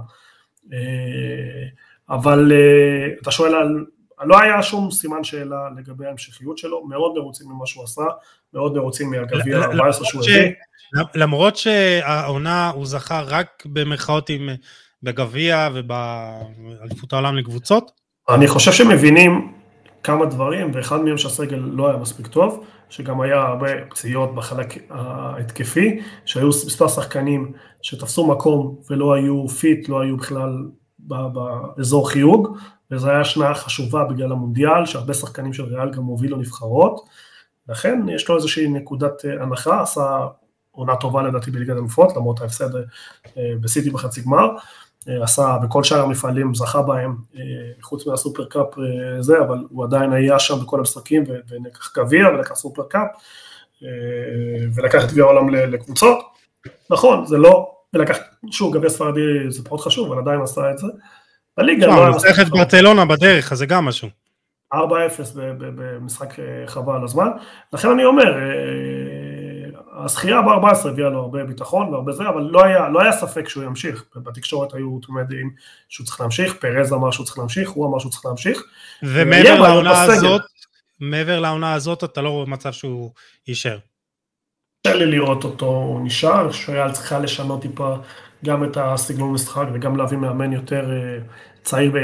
אבל אתה שואל על, לא היה שום סימן שאלה לגבי ההמשכיות שלו, מאוד מרוצים ממה שהוא עשה, מאוד מרוצים מהגביע 14 שהוא הביא. למרות שהעונה הוא זכה רק במרכאות בגביע ובאליפות העולם לקבוצות? אני חושב שמבינים כמה דברים, ואחד מהם שהסגל לא היה מספיק טוב, שגם היה הרבה פציעות בחלק ההתקפי, שהיו מספר שחקנים שתפסו מקום ולא היו פיט, לא היו בכלל באזור חיוג, וזו היה שנה חשובה בגלל המונדיאל, שהרבה שחקנים של ריאל גם הובילו נבחרות, לכן יש לו איזושהי נקודת הנחה, עשה עונה טובה לדעתי בליגת אלופות, למרות ההפסד בסיטי בחצי גמר, עשה בכל שאר המפעלים, זכה בהם, חוץ מהסופר קאפ זה, אבל הוא עדיין היה שם בכל המשחקים, ולקח גביע ולקח סופר קאפ, ולקח את גביע העולם לקבוצות, נכון, זה לא, ולקח, שוב, גביע ספרדי זה פחות חשוב, אבל עדיין עשה את זה, בליגה לא היה מספיק חשוב. ברצלונה בדרך, אז זה גם משהו. 4-0 במשחק חבל על הזמן, לכן אני אומר, הזכייה ב-14 הביאה לו הרבה ביטחון והרבה זה, אבל לא היה ספק שהוא ימשיך, בתקשורת היו תמידים שהוא צריך להמשיך, פרז אמר שהוא צריך להמשיך, הוא אמר שהוא צריך להמשיך. ומעבר לעונה הזאת אתה לא רואה מצב שהוא יישאר. קשה לי לראות אותו נשאר, שריאל צריכה לשנות טיפה גם את הסגנון משחק וגם להביא מאמן יותר צעיר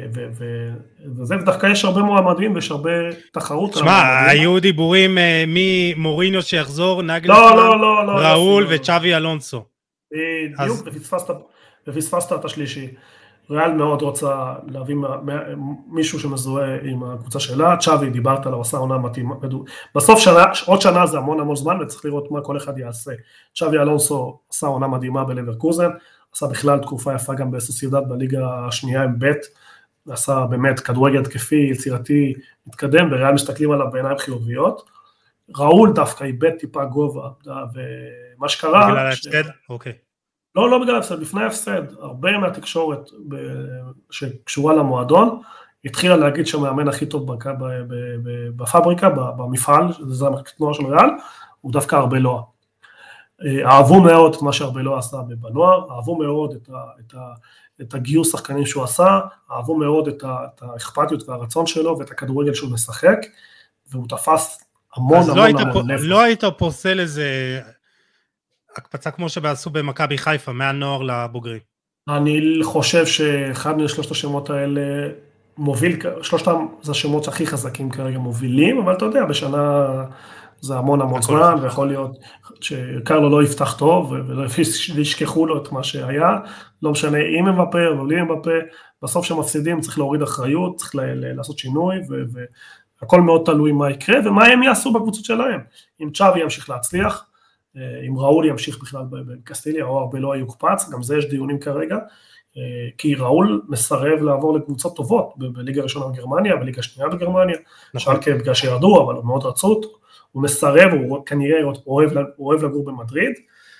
וזה, ודווקא יש הרבה מועמדים ויש הרבה תחרות. תשמע, היו דיבורים ממוריניו שיחזור, נגלסמן, ראול וצ'אבי אלונסו. בדיוק, ופספסת את השלישי. ריאל מאוד רוצה להביא מישהו שמזוהה עם הקבוצה שלה, צ'אבי דיברת עליו, עשה עונה מתאימה, בסוף עוד שנה זה המון זמן וצריך לראות מה כל אחד יעשה. צ'אבי אלונסו עשה עונה מדהימה בלברקוזן, עשה בכלל תקופה יפה גם בסוסיידד בליגה השנייה עם בית, עשה באמת כדורגל התקפי, יצירתי, מתקדם, וריאל מסתכלים עליו בעיניים חיוביות. ראול דווקא איבד טיפה גובה, ומה שקרה... בגלל ההפסד? אוקיי. לא בגלל ההפסד, לפני ההפסד, הרבה מהתקשורת שקשורה למועדון, התחילה להגיד שהמאמן הכי טוב בפאבריקה, במפעל, זה התנועה של ריאל, הוא דווקא ארבלואה. אהבו מאוד את מה שארבלואה עשה בנוער, אהבו מאוד את הגיוס שחקנים שהוא עשה, אהבו מאוד את האכפתיות והרצון שלו, ואת הכדורגל שהוא משחק, והוא תפס המון נפש. לא היית פוסל איזה... הקפצה כמו שבעשו במכבי חיפה, מהנוער לבוגרים. אני חושב שאחד משלושת השמות האלה מוביל, שלושתם זה השמות הכי חזקים כרגע מובילים, אבל אתה יודע, בשנה זה המון זמן, ויכול להיות שקרלו לא יפתח טוב, ולא ישכחו לו את מה שהיה, לא משנה אם הם בפה או לא הם בפה, בסוף שמפסידים צריך להוריד אחריות, צריך לעשות שינוי, והכל מאוד תלוי מה יקרה, ומה הם יעשו בקבוצות שלהם. אם צ'אבי ימשיך להצליח, אם ראול ימשיך בכלל בקסטיליה, או הרבה לא יוקפץ, גם זה יש דיונים כרגע, כי ראול מסרב לעבור לקבוצות טובות, בליגה ראשונה בגרמניה, בליגה שנייה בגרמניה, שלקה בגלל שירדו, אבל מאוד רצות, הוא מסרב, הוא כנראה אוהב לגור במדריד,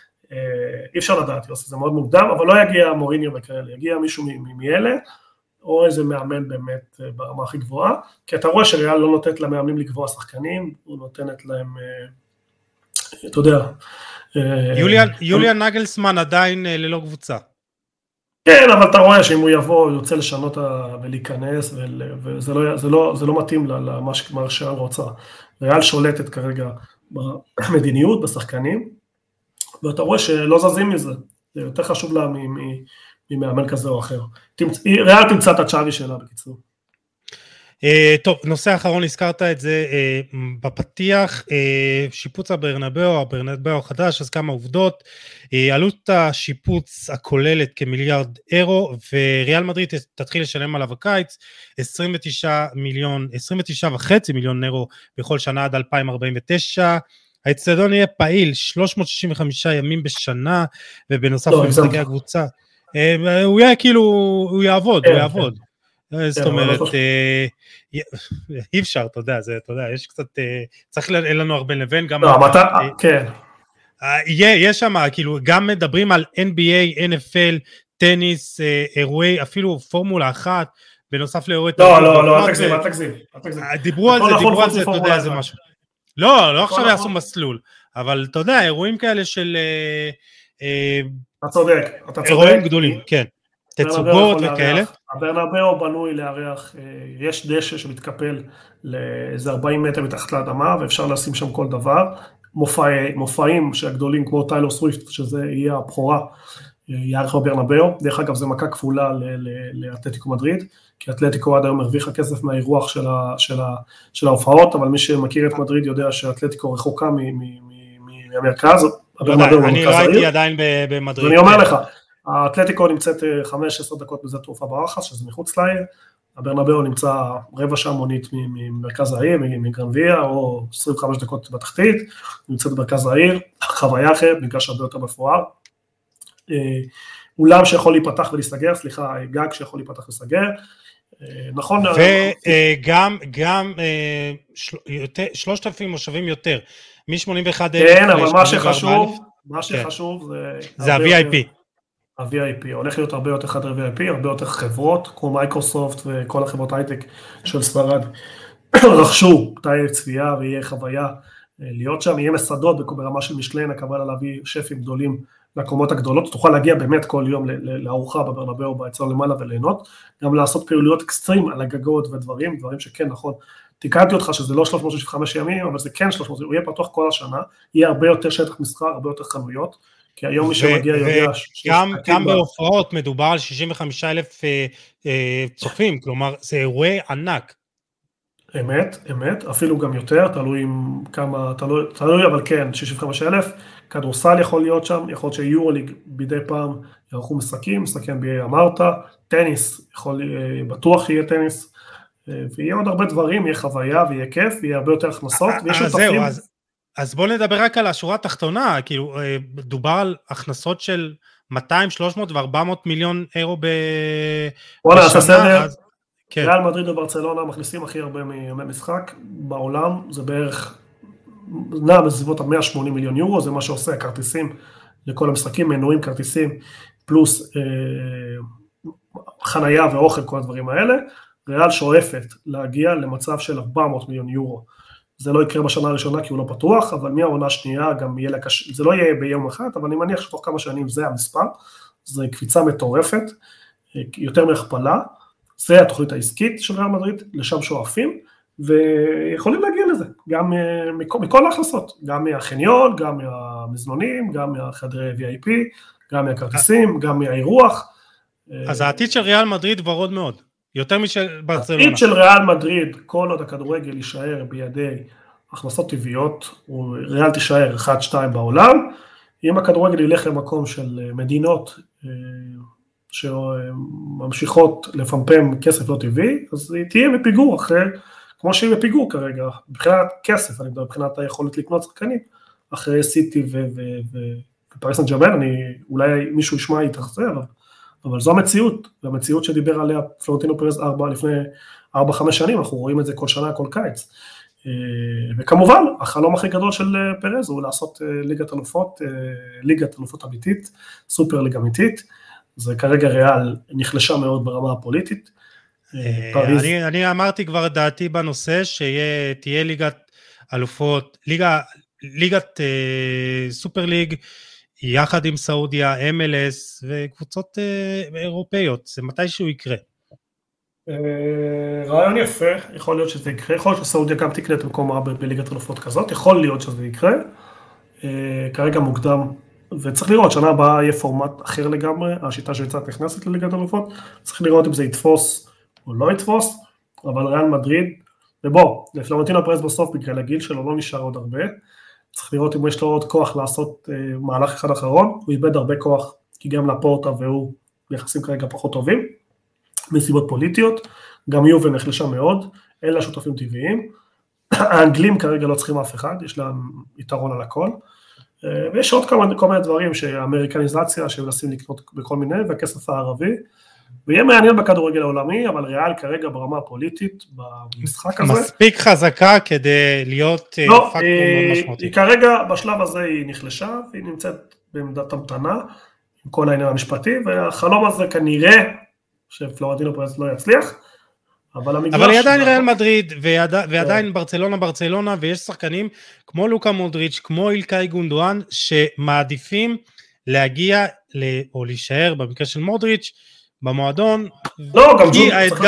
אי אפשר לדעת, זה מאוד מוקדם, אבל לא יגיע מוריניו וכאלה, יגיע מישהו מאלה, או איזה מאמן באמת ברמה הכי גבוהה, כי אתה רואה שריאל לא נותנת למאמנים לקבוע שחקנים, הוא נותנת להם... אתה יודע. יוליאן נגלסמן עדיין ללא קבוצה. כן, אבל אתה רואה שאם הוא יבוא, הוא יוצא לשנות ולהיכנס, וזה לא מתאים למה שריאל רוצה. ריאל שולטת כרגע במדיניות, בשחקנים, ואתה רואה שלא זזים מזה. זה יותר חשוב לה ממאמן כזה או אחר. ריאל תמצא את הצ'אבי שלה בקיצור. טוב, נושא האחרון, הזכרת את זה בפתיח, שיפוץ הברנבאו החדש, אז כמה עובדות, עלות השיפוץ הכוללת כמיליארד אירו, וריאל מדריד תתחיל לשלם עליו הקיץ, 29.5 מיליון אירו בכל שנה עד 2049, האצטדיון יהיה פעיל 365 ימים בשנה, ובנוסף למשחקי הקבוצה, הוא יהיה כאילו, הוא יעבוד. זאת אומרת, אי אפשר, אתה יודע, יש קצת, צריך לנו הרבה לבין, גם... כן. יש שם, כאילו, גם מדברים על NBA, NFL, טניס, אירועי, אפילו פורמולה אחת, בנוסף לאירועי... לא, אל תגזים. דיברו על זה, אתה יודע, זה משהו. לא עכשיו יעשו מסלול, אבל אתה יודע, אירועים כאלה של... אתה צודק. אירועים גדולים, כן. תצוגות וכאלה. הברנבאו בנוי לארח, יש דשא שמתקפל לאיזה 40 מטר מתחת לאדמה, ואפשר לשים שם כל דבר, מופעים שהגדולים כמו טיילור סוויפט, שזה יהיה הבכורה, יערך בברנבאו, דרך אגב זה מכה כפולה לאתלטיקו מדריד, כי אתלטיקו עד היום הרוויחה כסף מהאירוח של ההופעות, אבל מי שמכיר את מדריד יודע שאתלטיקו רחוקה מהמרכז, אני ראיתי עדיין במדריד. אני אומר לך, האתלטיקו נמצאת 15 דקות בזה תעופה ברחס, שזה מחוץ לעיר, הברנבאו נמצא רבע שעה מונית ממרכז העיר, מגרנביה, או 25 דקות בתחתית, נמצאת במרכז העיר, חוויה אחרת, מגרש הרבה יותר מפואר, אולם שיכול להיפתח ולהסתגר, גג שיכול להיפתח ולהסתגר, נכון? וגם 3,000 מושבים יותר, מ-81,000. כן, אבל מה שחשוב זה ה-VIP. ה-VIP, הולך להיות הרבה יותר חדרי VIP, הרבה יותר חברות, כמו מייקרוסופט וכל החברות הייטק של ספרד, רכשו תאי צפייה ויהיה חוויה להיות שם, יהיה מסעדות ברמה של משלן, הכוונה להביא שפים גדולים לקומות הגדולות, תוכל להגיע באמת כל יום לארוחה בברנבאו באצטדיון למעלה וליהנות, גם לעשות פעילויות אקסטרים על הגגות ודברים שכן נכון, תיקנתי אותך שזה לא 365 ימים, אבל זה כן 300, הוא יהיה פתוח כל השנה, יהיה הרבה יותר שטח מסחר, הרבה יותר חנויות, כי היום מי שמגיע יודע... גם בהופעות מדובר על 65,000 צופים, כלומר זה אירועי ענק. אמת, אפילו גם יותר, תלוי כמה, תלוי אבל כן, 65,000, כדורסל יכול להיות שם, יכול להיות שיורוליג בידי פעם יערכו משחקים אמרת, טניס, בטוח יהיה טניס, ויהיה עוד הרבה דברים, יהיה חוויה ויהיה כיף, ויהיה הרבה יותר הכנסות, ויש שותפים. אז בואו נדבר רק על השורה התחתונה, כאילו דובר על הכנסות של 200, 300 ו-400 מיליון אירו בשנה. ריאל מדריד וברצלונה מכניסים הכי הרבה משחק בעולם, זה בערך נע בסביבות ה-180 מיליון יורו, זה מה שעושה הכרטיסים לכל המשחקים, מנויים כרטיסים, פלוס חנייה ואוכל, כל הדברים האלה. ריאל שואפת להגיע למצב של 400 מיליון יורו. זה לא יקרה בשנה הראשונה כי הוא לא פתוח, אבל מהעונה השנייה גם יהיה לקש... זה לא יהיה ביום אחד, אבל אני מניח שתוך כמה שנים זה המספר, זה קפיצה מטורפת, יותר מהכפלה, זה התוכנית העסקית של ריאל מדריד, לשם שואפים, ויכולים להגיע לזה, גם מכל ההכנסות, גם מהחניון, גם מהמזנונים, גם מהחדרי VIP, גם מהכרטיסים, גם מהאירוח. אז העתיד של ריאל מדריד ורוד מאוד, יותר משל ברצלונה. העתיד של ריאל מדריד, כל עוד הכדורגל יישאר בידי הכנסות טבעיות, ריאל תישאר 1-2 בעולם, אם הכדורגל ילך למקום של מדינות שממשיכות לפמפם כסף לא טבעי, אז היא תהיה בפיגור אחרי, כמו שהיא בפיגור כרגע, מבחינת כסף, אני מדבר מבחינת היכולת לקנות שחקנים, אחרי סיטי ופריס סן ז'רמן, אולי מישהו ישמע יתרחזה, אבל זו המציאות, והמציאות שדיבר עליה פלורנטינו פרז לפני 4-5 שנים, אנחנו רואים את זה כל שנה, כל קיץ, וכמובן, החלום הכי גדול של פרז הוא לעשות ליגת אלופות אמיתית, סופר ליגה אמיתית, זה כרגע ריאל נחלשה מאוד ברמה הפוליטית. אני אמרתי כבר את דעתי בנושא, שתהיה ליגת אלופות, ליגת סופר ליג, יחד עם סעודיה, MLS וקבוצות אירופאיות, זה מתי שהוא יקרה. רעיון יפה, יכול להיות שזה יקרה, יכול להיות שסעודיה גם תקנה את מקומה בליגת אלופות כזאת, יכול להיות שזה יקרה, כרגע מוקדם, וצריך לראות, שנה הבאה יהיה פורמט אחר לגמרי, השיטה שיצאת נכנסת לליגת אלופות, צריך לראות אם זה יתפוס או לא יתפוס, אבל ריאל מדריד, ובוא, לפלורנטינו פרז בסוף בגלל הגיל שלו לא נשאר עוד הרבה, צריך לראות אם יש לו עוד כוח לעשות מהלך אחד אחרון, הוא איבד הרבה כוח, כי גם לפורטה והוא ביחסים כרגע פחות טובים, מסיבות פוליטיות, גם יובל נחלשה מאוד, אלה השותפים טבעיים, האנגלים כרגע לא צריכים אף אחד, יש להם יתרון על הכל, ויש עוד כל מיני דברים שהאמריקניזציה שמנסים לקנות בכל מיני, והכסף הערבי, ויהיה מעניין בכדורגל העולמי, אבל ריאל כרגע ברמה הפוליטית, במשחק הזה. מספיק חזקה כדי להיות פקטור מאוד משמעותי. היא כרגע בשלב הזה היא נחלשה, והיא נמצאת בעמדת המתנה, עם כל העניין המשפטי, והחלום הזה כנראה שפלורנטינו פרז לא יצליח, אבל היא עדיין ריאל מדריד, ועדיין ברצלונה, ויש שחקנים כמו לוקה מודריץ', כמו אילקאי גונדואן, שמעדיפים להגיע, או להישאר במקרה של מודריץ', במועדון, לא, גם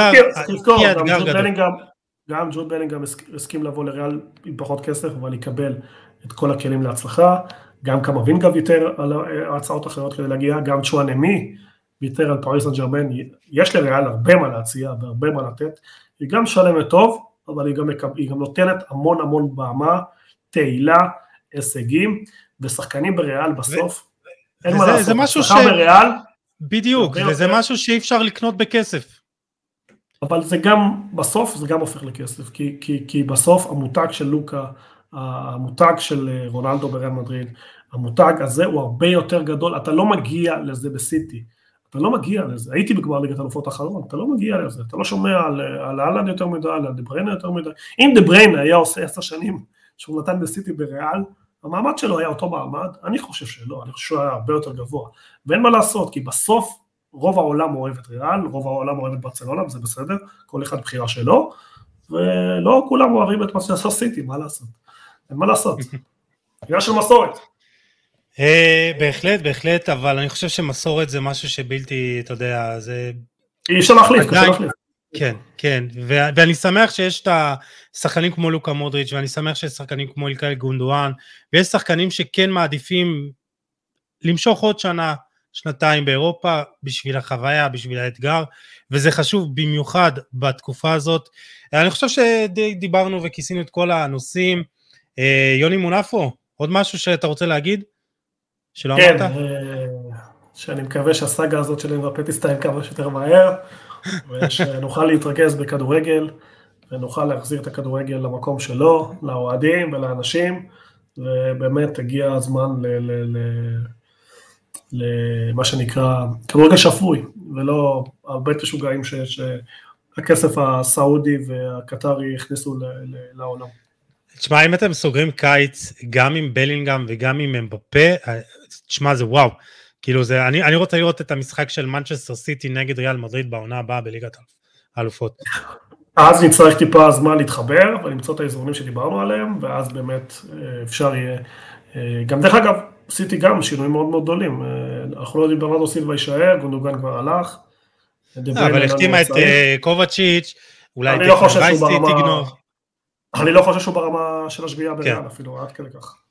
ג'וד בלינגהאם הסכים לבוא לריאל עם פחות כסף, אבל יקבל את כל הכלים להצלחה, גם קמבינגה ויתר על הצעות אחרות כדי להגיע, גם צ'ואנמי, ויתר על פריס סן ז'רמן, יש לריאל הרבה מה להציע, והרבה מה לתת, היא גם שלמת טוב, אבל היא גם נותנת המון במה, תהילה, הישגים, ושחקנים בריאל בסוף, אין מה לעשות, שחקן בריאל, בדיוק, וזה משהו שאי אפשר לקנות בכסף. אבל זה גם, בסוף זה גם הופך לכסף, כי בסוף המותג של לוקה, המותג של רונלדו בריאל מדריד, המותג הזה הוא הרבה יותר גדול, אתה לא מגיע לזה בסיטי, אתה לא מגיע לזה, הייתי בגמר ליגת אלופות האחרון, אתה לא מגיע לזה, אתה לא שומע על אהלנד יותר מדי, על דה בריינה יותר מדי, אם דה בריינה היה עושה 10 שנים שהוא נתן בסיטי בריאל, המעמד שלו היה אותו מעמד, אני חושב שלא, אני חושב שהוא היה הרבה יותר גבוה, ואין מה לעשות, כי בסוף רוב העולם אוהב את ריאל, רוב העולם אוהב את ברצלונה, וזה בסדר, כל אחד בחירה שלו, ולא כולם אוהבים את מנצ'סטר סיטי, מה לעשות? אין מה לעשות. עניין של מסורת. בהחלט, אבל אני חושב שמסורת זה משהו שבלתי, אתה יודע, זה... אי אפשר להחליף, קשה להחליף. כן, ואני שמח שיש את השחקנים כמו לוקה מודריץ', ואני שמח שיש שחקנים כמו אילקאי גונדואן, ויש שחקנים שכן מעדיפים למשוך עוד שנה, שנתיים באירופה, בשביל החוויה, בשביל האתגר, וזה חשוב במיוחד בתקופה הזאת. אני חושב שדיברנו וכיסינו את כל הנושאים. יוני מונפו, עוד משהו שאתה רוצה להגיד? שלא אמרת? כן, שאני מקווה שהסאגה הזאת של אמבפה תסתיים כמה שיותר מהר, ושנוכל להתרכז בכדורגל, ונוכל להחזיר את הכדורגל למקום שלו, לאוהדים ולאנשים, ובאמת הגיע הזמן למה שנקרא כדורגל שפוי, ולא הרבה משוגעים שהכסף הסעודי והקטרי הכניסו לעולם. תשמע, אם אתם סוגרים קיץ, גם עם בלינגהם וגם עם אמבפה, תשמע, זה וואו. כאילו זה, אני רוצה לראות את המשחק של מנצ'סטר סיטי נגד ריאל מדריד בעונה הבאה בליגת האלופות. אז נצטרך טיפה זמן להתחבר, ולמצוא את האיזונים שדיברנו עליהם, ואז באמת אפשר יהיה, גם דרך אגב, סיטי גם שינויים מאוד מאוד גדולים, אנחנו לא יודעים ברנרדו סילבה יישאר, גונדוגן כבר הלך. אבל החתימה את קובצ'יץ', אולי אני לא חושב שהוא ברמה של השביעה בריאל, אפילו עד כדי כך.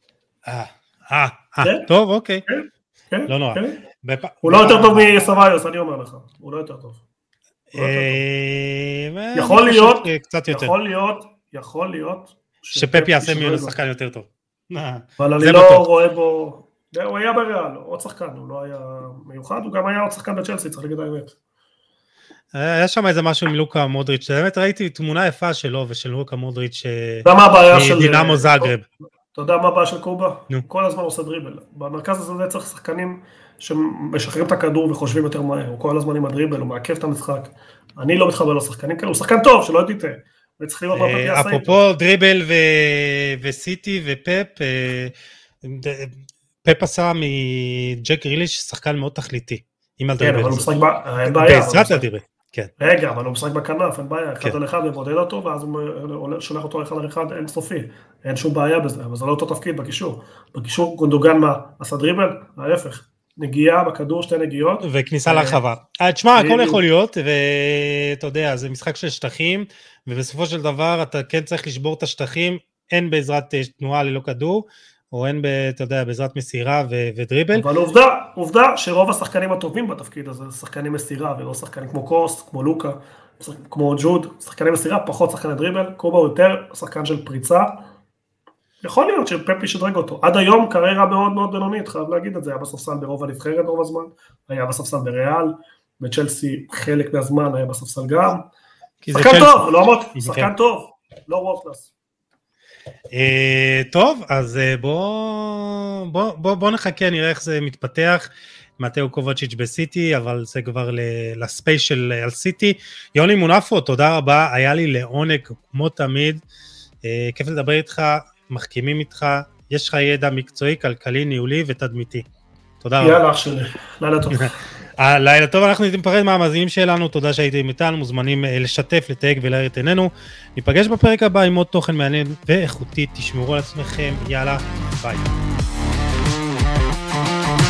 טוב, אוקיי. לא נורא. הוא לא יותר טוב מסביוס, אני אומר לך. הוא לא יותר טוב. יכול להיות שפפ יעשה ממנו שחקן יותר טוב. אבל אני לא רואה בו, הוא היה בריאל, עוד שחקן, הוא לא היה מיוחד, הוא גם היה עוד שחקן בצ'לסי, צריך להגיד האמת. היה שם איזה משהו עם לוקה מודריץ', באמת ראיתי תמונה יפה שלו ושל לוקה מודריץ' מדינמו זאגרב. אתה יודע מה הבעיה של קובה? כל הזמן עושה דריבל. במרכז הזה צריך שחקנים שמשחררים את הכדור וחושבים יותר מהר, הוא כל הזמן עם הדריבל, הוא מעכב את המשחק. אני לא מתחבר לשחקנים כאלה, הוא שחקן טוב, שלא תטעה. וצריך לראות מה פפ יעשה. אפרופו דריבל וסיטי ופפ, פפ עשה מג'ק גריליש שחקן מאוד תכליתי. כן, אבל הוא משחק בעזרת הדריבל. רגע, אבל הוא משחק בכנף, אין בעיה, אחד על אחד מבודד אותו, ואז הוא שולח אותו אחד על אחד, אין סופי, אין שום בעיה בזה, אבל זה לא אותו תפקיד בקישור. בקישור גונדוגן מה? עשה דריבל? ההפך. נגיעה בכדור, שתי נגיעות. וכניסה להרחבה. תשמע, הכל יכול להיות, ואתה יודע, זה משחק של שטחים, ובסופו של דבר אתה כן צריך לשבור את השטחים, אין בעזרת תנועה ללא כדור, או אין, אתה יודע, בעזרת מסירה ודריבל. אבל עובדה שרוב השחקנים הטובים בתפקיד הזה, שחקנים מסירה, ולא שחקנים כמו קוסט, כמו לוקה, כמו ג'וד, שחקני מסירה, פחות שחקני דריבל, קובה הוא יותר שחקן של פריצה, יכול להיות שפפ ישדרג אותו. עד היום קריירה מאוד מאוד בינונית, חייב להגיד את זה, היה בספסל ברוב הנבחרת רוב הזמן, היה בספסל בריאל, בצ'לסי חלק מהזמן היה בספסל גם. שחקן טוב, לא אמרתי, שחקן טוב, לא וורקלאס. טוב, אז בוא נחכה, נראה איך זה מתפתח. מתאו קובצ'יץ' בסיטי, אבל זה כבר לספייס של על סיטי. יוני מונפו, תודה רבה, היה לי לעונג כמו תמיד, כיף לדבר איתך, מחכימים איתך, יש לך ידע מקצועי, כלכלי, ניהולי ותדמיתי. תודה רבה. יאללה, אח שלי, לילה טוב. לילה טוב, אנחנו נתפרד מהמאזינים שלנו, תודה שהייתם איתנו, מוזמנים לשתף, לתייג ולהאיר את עינינו. ניפגש בפרק הבא עם עוד תוכן מעניין ואיכותי, תשמרו על עצמכם, יאללה, ביי.